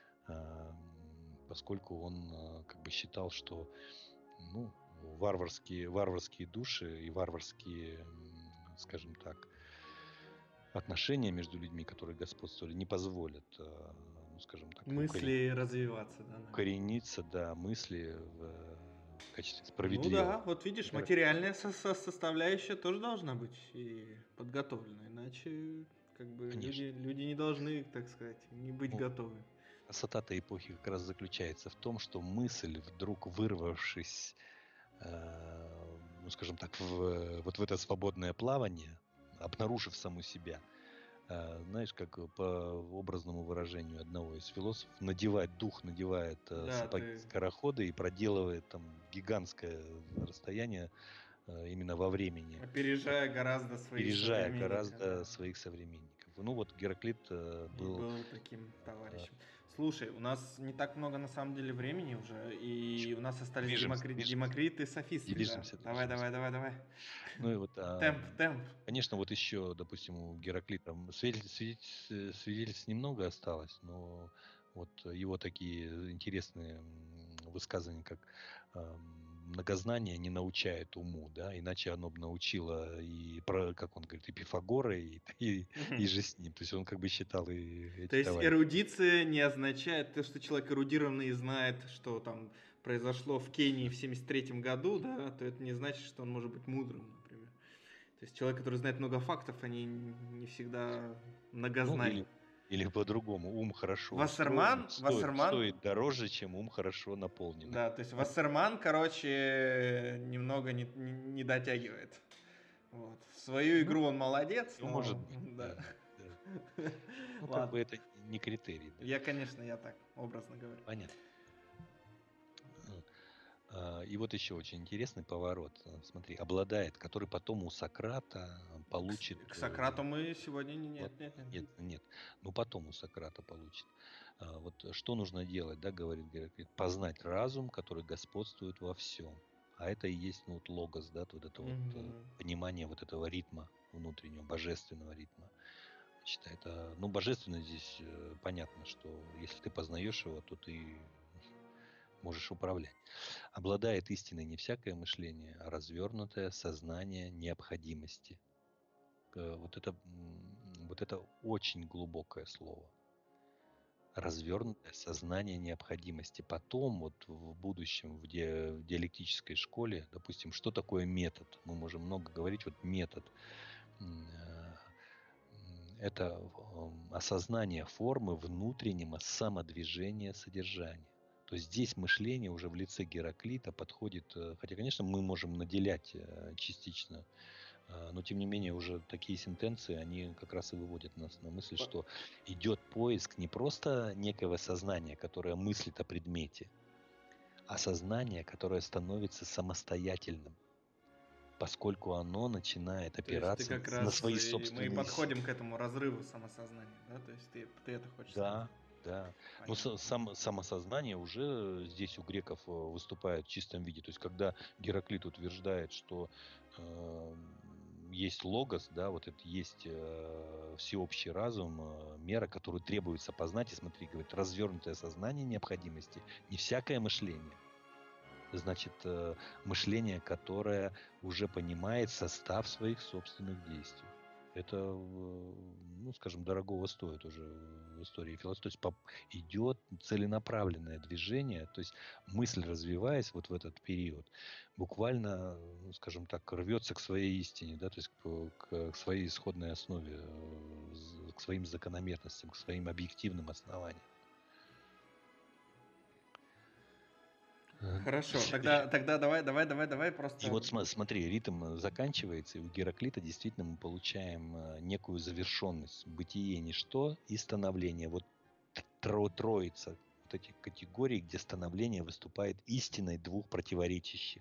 поскольку он как бы считал, что, ну, варварские души и варварские, скажем так, отношения между людьми, которые господствовали, не позволят, ну, скажем так, Мысли развиваться, да, наверное. укорениться, да, мысли в качестве Ну справедливого. да, вот видишь, материальная составляющая тоже должна быть и подготовлена, иначе как бы Конечно. люди не должны, так сказать, не быть Ну, готовы. красота-то эпохи как раз заключается в том, что мысль, вдруг вырвавшись, ну, скажем так, вот в это свободное плавание, обнаружив саму себя, знаешь, как по образному выражению одного из философов, дух надевает Да, сапоги ты скорохода и проделывает там гигантское расстояние именно во времени, опережая гораздо своих опережая современников, гораздо да. своих современников. Ну вот Гераклит И был был таким э, товарищем. Слушай, у нас не так много на самом деле времени уже, и у нас остались движемся, Демокриты и софисты, да. движемся, Давай, движемся. давай, давай, давай. Ну и вот, Темп. конечно, вот еще, допустим, у Гераклита свидетельств немного осталось, но вот его такие интересные высказывания, как многознание не научает уму, да, иначе оно бы научило как он говорит, и Пифагора, и же с ним. То есть он как бы считал и То эти есть товарищи. эрудиция не означает то, что человек эрудированный и знает, что там произошло в Кении в 73 году, да, то это не значит, что он может быть мудрым, например. То есть человек, который знает много фактов, они не всегда Ну, многознайны. или по-другому, ум хорошо устроен, Вассерман, стоит дороже, чем ум хорошо наполненный. да, то есть Вассерман, короче, немного не дотягивает. Вот. В свою Ну, игру он молодец, ну, может но быть, да. да, да. Ну, как бы Ладно. это не критерий, да. Я так, образно говорю. Понятно. И вот еще очень интересный поворот. Смотри, обладает, который потом у Сократа получит... К Сократу мы сегодня Нет, нет. Ну, потом у Сократа получит. Вот что нужно делать, да, говорит Гераклит? Познать разум, который господствует во всем. А это и есть, ну, вот логос, да, вот это вот Мгм. понимание вот этого ритма внутреннего, божественного ритма. Значит, это, ну, божественно здесь понятно, что если ты познаешь его, то ты можешь управлять. Обладает истиной не всякое мышление, а развернутое сознание необходимости. Вот это очень глубокое слово. Развернутое сознание необходимости. Потом, вот в будущем, в диалектической школе, допустим, что такое метод? Мы можем много говорить, вот метод. Это осознание формы внутреннего самодвижения содержания. То есть здесь мышление уже в лице Гераклита подходит, хотя, конечно, мы можем наделять частично, но тем не менее уже такие сентенции, они как раз и выводят нас на мысль, что идет поиск не просто некого сознания, которое мыслит о предмете, а сознание, которое становится самостоятельным, поскольку оно начинает То есть ты опираться как на раз, свои мы и собственные силы. подходим к этому разрыву самосознания, да? То есть ты это хочешь сказать? Да, да. Но Понятно. самосознание уже здесь у греков выступает в чистом виде. То есть, когда Гераклит утверждает, что есть логос, да, вот это есть всеобщий разум, мера, которую требуется познать. И смотри, говорит, развернутое сознание необходимости, не всякое мышление. Значит, мышление, которое уже понимает состав своих собственных действий. Это, ну, скажем, дорогого стоит уже в истории философии. То есть идет целенаправленное движение, то есть мысль, развиваясь вот в этот период, буквально, ну, скажем так, рвется к своей истине, да, то есть к своей исходной основе, к своим закономерностям, к своим объективным основаниям. Хорошо, тогда давай И просто... вот смотри, ритм заканчивается, и у Гераклита действительно мы получаем некую завершенность. Бытие, ничто и становление. Вот троица вот этих категорий, где становление выступает истиной двух противоречащих.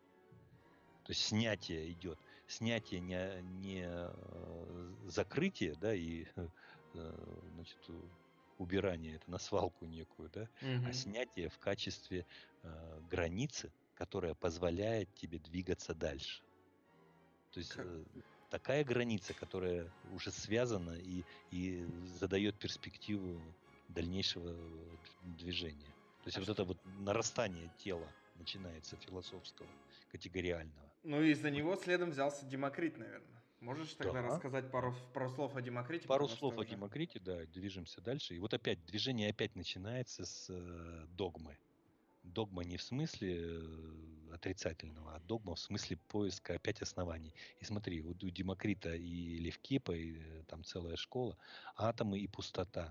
То есть снятие идет. Снятие не закрытие, да, и значит, убирание это на свалку некую, да, а Мгм. снятие в качестве границы, которая позволяет тебе двигаться дальше. То есть К- такая граница, которая уже связана и задает перспективу дальнейшего движения. То есть А вот что? это вот нарастание тела начинается философского, категориального. Ну, из-за Вот, него следом взялся Демокрит, наверное. Можешь тогда да, рассказать да. пару слов о Демокрите, Пару потому что слов о уже... Демокрите, да, движемся дальше. И вот опять движение опять начинается с догмы. Догма не в смысле отрицательного, а догма в смысле поиска опять оснований. И смотри, вот у Демокрита и Левкипа, и там целая школа, атомы и пустота,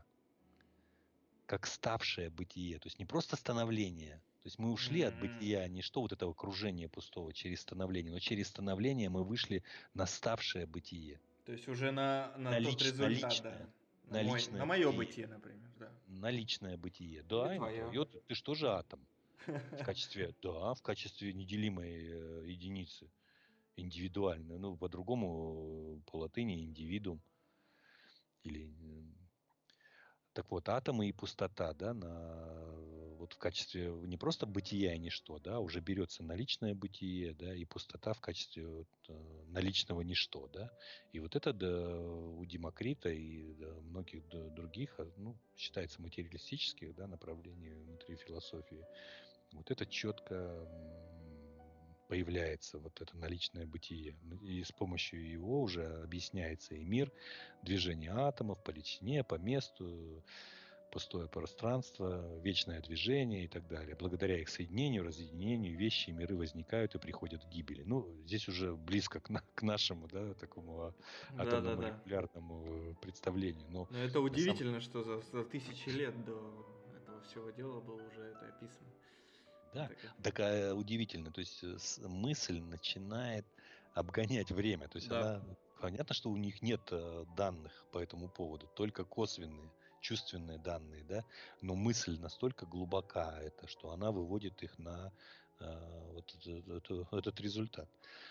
как ставшее бытие. То есть не просто становление. То есть мы ушли от М. бытия, не что вот этого окружения пустого через становление, но через становление мы вышли на ставшее бытие. То есть уже на На, тот результат, да. личное, На на на личное мое бытие. бытие, например, да. На личное бытие. Или Да, и на твое. твое. Ты же тоже атом. В качестве неделимой единицы, индивидуальной. Ну, по-другому по латыни индивидуум. Или, так вот, атомы и пустота, да, вот в качестве не просто бытия и ничто, да, уже берется наличное бытие, да, и пустота в качестве вот, наличного ничто, да. И вот это да, у Демокрита и да, многих других, ну, считается материалистических, да, направлений внутри философии. Вот это четко появляется, вот это наличное бытие. И с помощью его уже объясняется и мир, движение атомов по величине, по месту, пустое пространство, вечное движение и так далее. Благодаря их соединению, разъединению, вещи и миры возникают и приходят к гибели. Ну, здесь уже близко к нашему, да, такому Да-да-да. атомно-молекулярному представлению. Но Но это на самом удивительно, что за тысячи лет до этого всего дела было уже это описано. Да, Так, такая удивительно. То есть мысль начинает обгонять время. То есть да. она, понятно, что у них нет данных по этому поводу, только косвенные, чувственные данные, да, но мысль настолько глубока, это, что она выводит их на вот этот результат.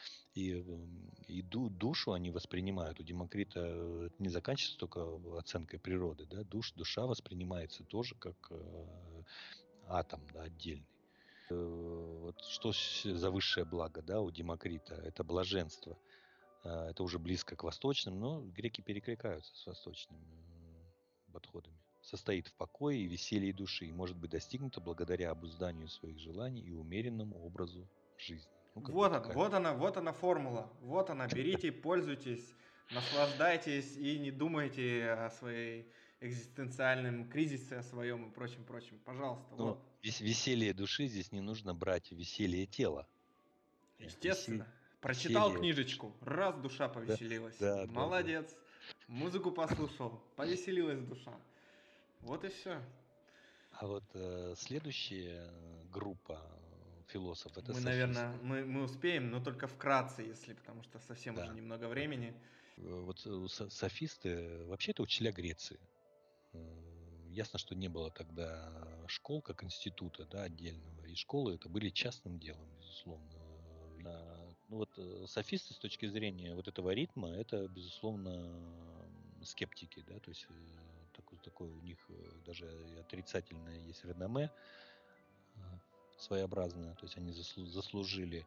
И душу они воспринимают. У Демокрита это не заканчивается только оценкой природы, да, душа воспринимается тоже как атом, да, отдельный. Вот что за высшее благо, да, у Демокрита? Это блаженство. Это уже близко к восточным, но греки перекликаются с восточными подходами. Состоит в покое и веселье души и может быть достигнуто благодаря обузданию своих желаний и умеренному образу жизни. Ну, как бы такая. Вот она формула. Вот она, берите, пользуйтесь, наслаждайтесь и не думайте о своей экзистенциальном кризисе, о своем и прочем. Пожалуйста, Но вот. веселье души здесь не нужно брать веселье тела. Естественно. Прочитал Веселье, книжечку, раз душа да, повеселилась. да. Молодец. Музыку послушал, повеселилась душа. Вот и все. А вот следующая группа философов это Мы, наверное, софисты. мы успеем, но только вкратце, если, потому что совсем уже Да. немного времени. Вот софисты вообще это учителя Греции. Ясно, что не было тогда школ как института, да, отдельного. И школы это были частным делом, безусловно. Ну вот софисты с точки зрения вот этого ритма, это, безусловно, скептики, да, то есть такое у них даже и отрицательное есть реноме э, своеобразное, то есть они заслужили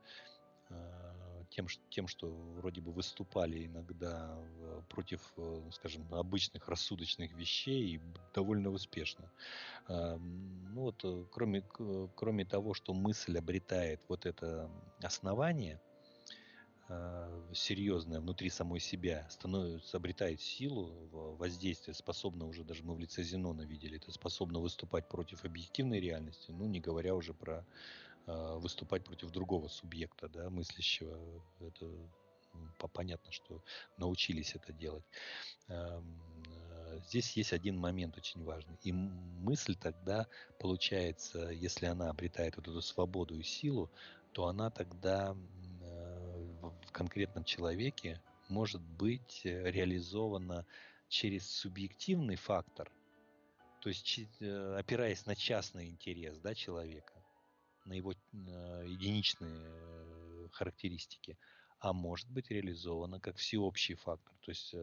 тем, что вроде бы выступали иногда против, скажем, обычных рассудочных вещей и довольно успешно. Ну вот, кроме того, что мысль обретает вот это основание серьезное внутри самой себя, становится, обретает силу, воздействие, способна уже, даже мы в лице Зенона видели, это способно выступать против объективной реальности, ну не говоря уже про выступать против другого субъекта, да, мыслящего. Это понятно, что научились это делать. здесь есть один момент очень важный. И мысль тогда получается, если она обретает вот эту свободу и силу, то она тогда в конкретном человеке может быть реализована через субъективный фактор, то есть опираясь на частный интерес, да, человека, на его единичные характеристики, а может быть реализована как всеобщий фактор. То есть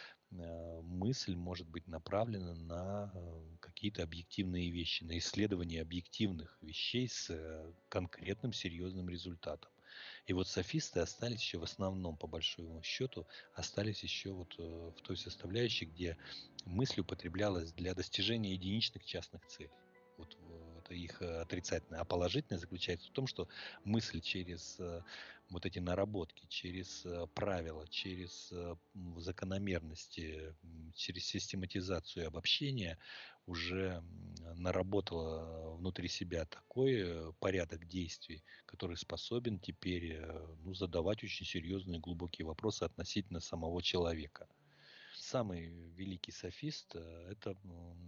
мысль может быть направлена на какие-то объективные вещи, на исследование объективных вещей с конкретным серьезным результатом. И вот софисты остались еще в основном, по большому счету, остались еще вот в той составляющей, где мысль употреблялась для достижения единичных частных целей. Вот это их отрицательное. А положительное заключается в том, что мысль через вот эти наработки, через правила, через закономерности, через систематизацию и обобщение уже наработала внутри себя такой порядок действий, который способен теперь задавать очень серьезные глубокие вопросы относительно самого человека. Самый великий софист это,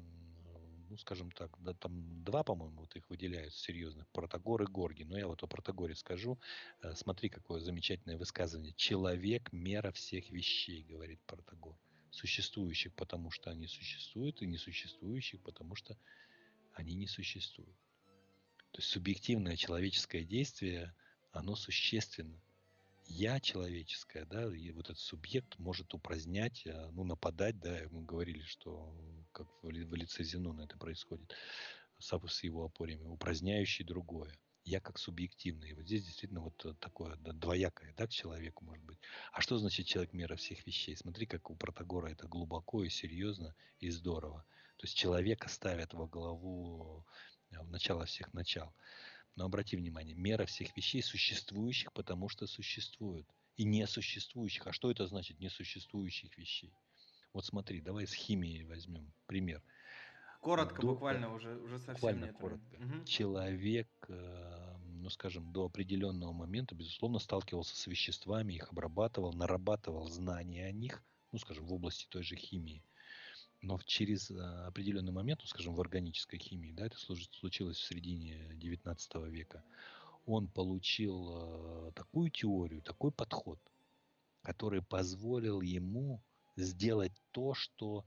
скажем так, да, там два, по-моему, вот их выделяют серьезных, Протагор и Горгий. Но я вот о Протагоре скажу. Смотри, какое замечательное высказывание. «Человек – мера всех вещей», говорит Протагор. Существующих, потому что они существуют, и несуществующих, потому что они не существуют. То есть субъективное человеческое действие, оно существенно. Я человеческое, да, и вот этот субъект может упразднять, нападать, да, мы говорили, что как в лице Зенона это происходит с его опориями, упраздняющий другое. Я как субъективный. И вот здесь действительно вот такое двоякое, да, к человеку может быть. А что значит человек мера всех вещей? Смотри, как у Протагора это глубоко и серьезно и здорово. То есть человека ставят во главу в начало всех начал. Но обрати внимание, мера всех вещей существующих, потому что существуют. И несуществующих. А что это значит несуществующих вещей? Вот смотри, давай с химией возьмем пример. Коротко, буквально, уже совсем Буквально нет времени. коротко. Человек, скажем, до определенного момента, безусловно, сталкивался с веществами, их обрабатывал, нарабатывал знания о них, скажем, в области той же химии. Но через определенный момент, скажем, в органической химии, да, это случилось в середине 19 века, он получил такую теорию, такой подход, который позволил ему сделать то, что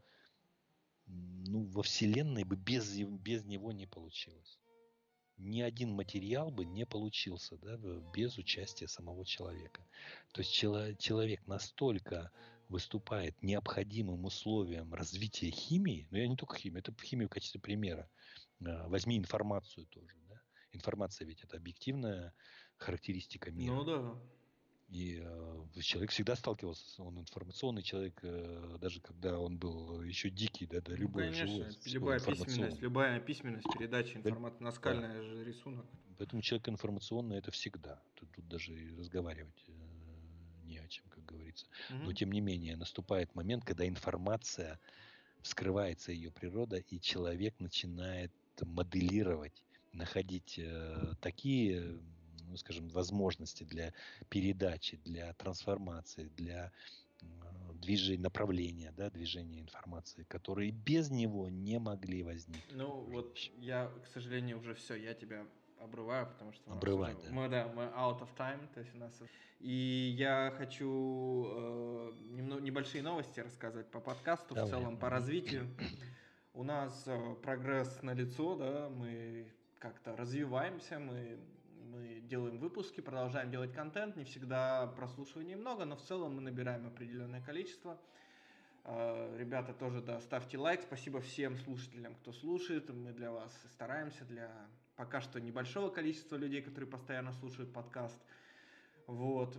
во Вселенной бы без него не получилось. Ни один материал бы не получился, да, без участия самого человека. То есть человек настолько выступает необходимым условием развития химии, но я не только химию, это химию в качестве примера. Возьми информацию тоже. Да? Информация ведь это объективная характеристика мира. Ну да. И человек всегда сталкивался, он информационный человек, даже когда он был еще дикий, да, любое живое Конечно, существо информационное. любая письменность, передача информации, наскальный же рисунок. Поэтому человек информационный это всегда. Тут даже и разговаривать не о чем, как говорится. Но тем не менее наступает момент, когда информация, вскрывается ее природа, и человек начинает моделировать, находить такие, скажем, возможности для передачи, для трансформации, для движения, направления, да, движения информации, которые без него не могли возникнуть. Ну вот я, к сожалению, уже все, я тебя обрываю, потому что Обрывать, у нас уже, мы out of time, то есть у нас. И я хочу небольшие новости рассказать по подкасту, в целом по развитию. У нас прогресс налицо, да, мы как-то развиваемся, мы делаем выпуски, продолжаем делать контент, не всегда прослушиваний много, но в целом мы набираем определенное количество. Ребята, тоже, да, ставьте лайк. Спасибо всем слушателям, кто слушает. Мы для вас стараемся, для пока что небольшого количества людей, которые постоянно слушают подкаст. Вот.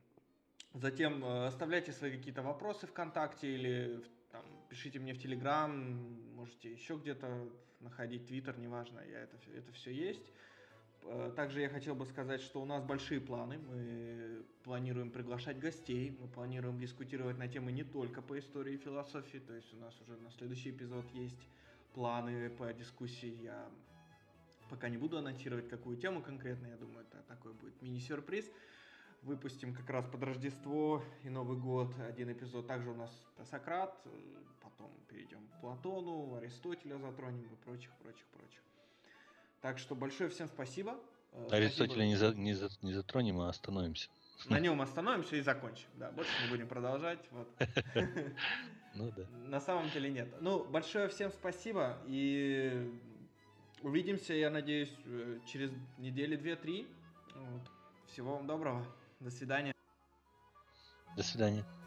Затем оставляйте свои какие-то вопросы ВКонтакте или там, пишите мне в Телеграм, можете еще где-то находить, Твиттер, неважно, это все есть. Также я хотел бы сказать, что у нас большие планы. Мы планируем приглашать гостей, мы планируем дискутировать на темы не только по истории и философии. То есть у нас уже на следующий эпизод есть планы по дискуссии. Я пока не буду анонсировать, какую тему конкретно. Я думаю, это такой будет мини-сюрприз. Выпустим как раз под Рождество и Новый год один эпизод. Также у нас Сократ, потом перейдем Платону, Аристотеля затронем и прочих. Так что большое всем спасибо. Аристотеля не затронем, а остановимся. На нем остановимся и закончим. Да, больше не будем продолжать. Вот. Ну да. На самом деле нет. Ну, большое всем спасибо. И увидимся, я надеюсь, через недели 2-3. Вот. Всего вам доброго. До свидания. До свидания.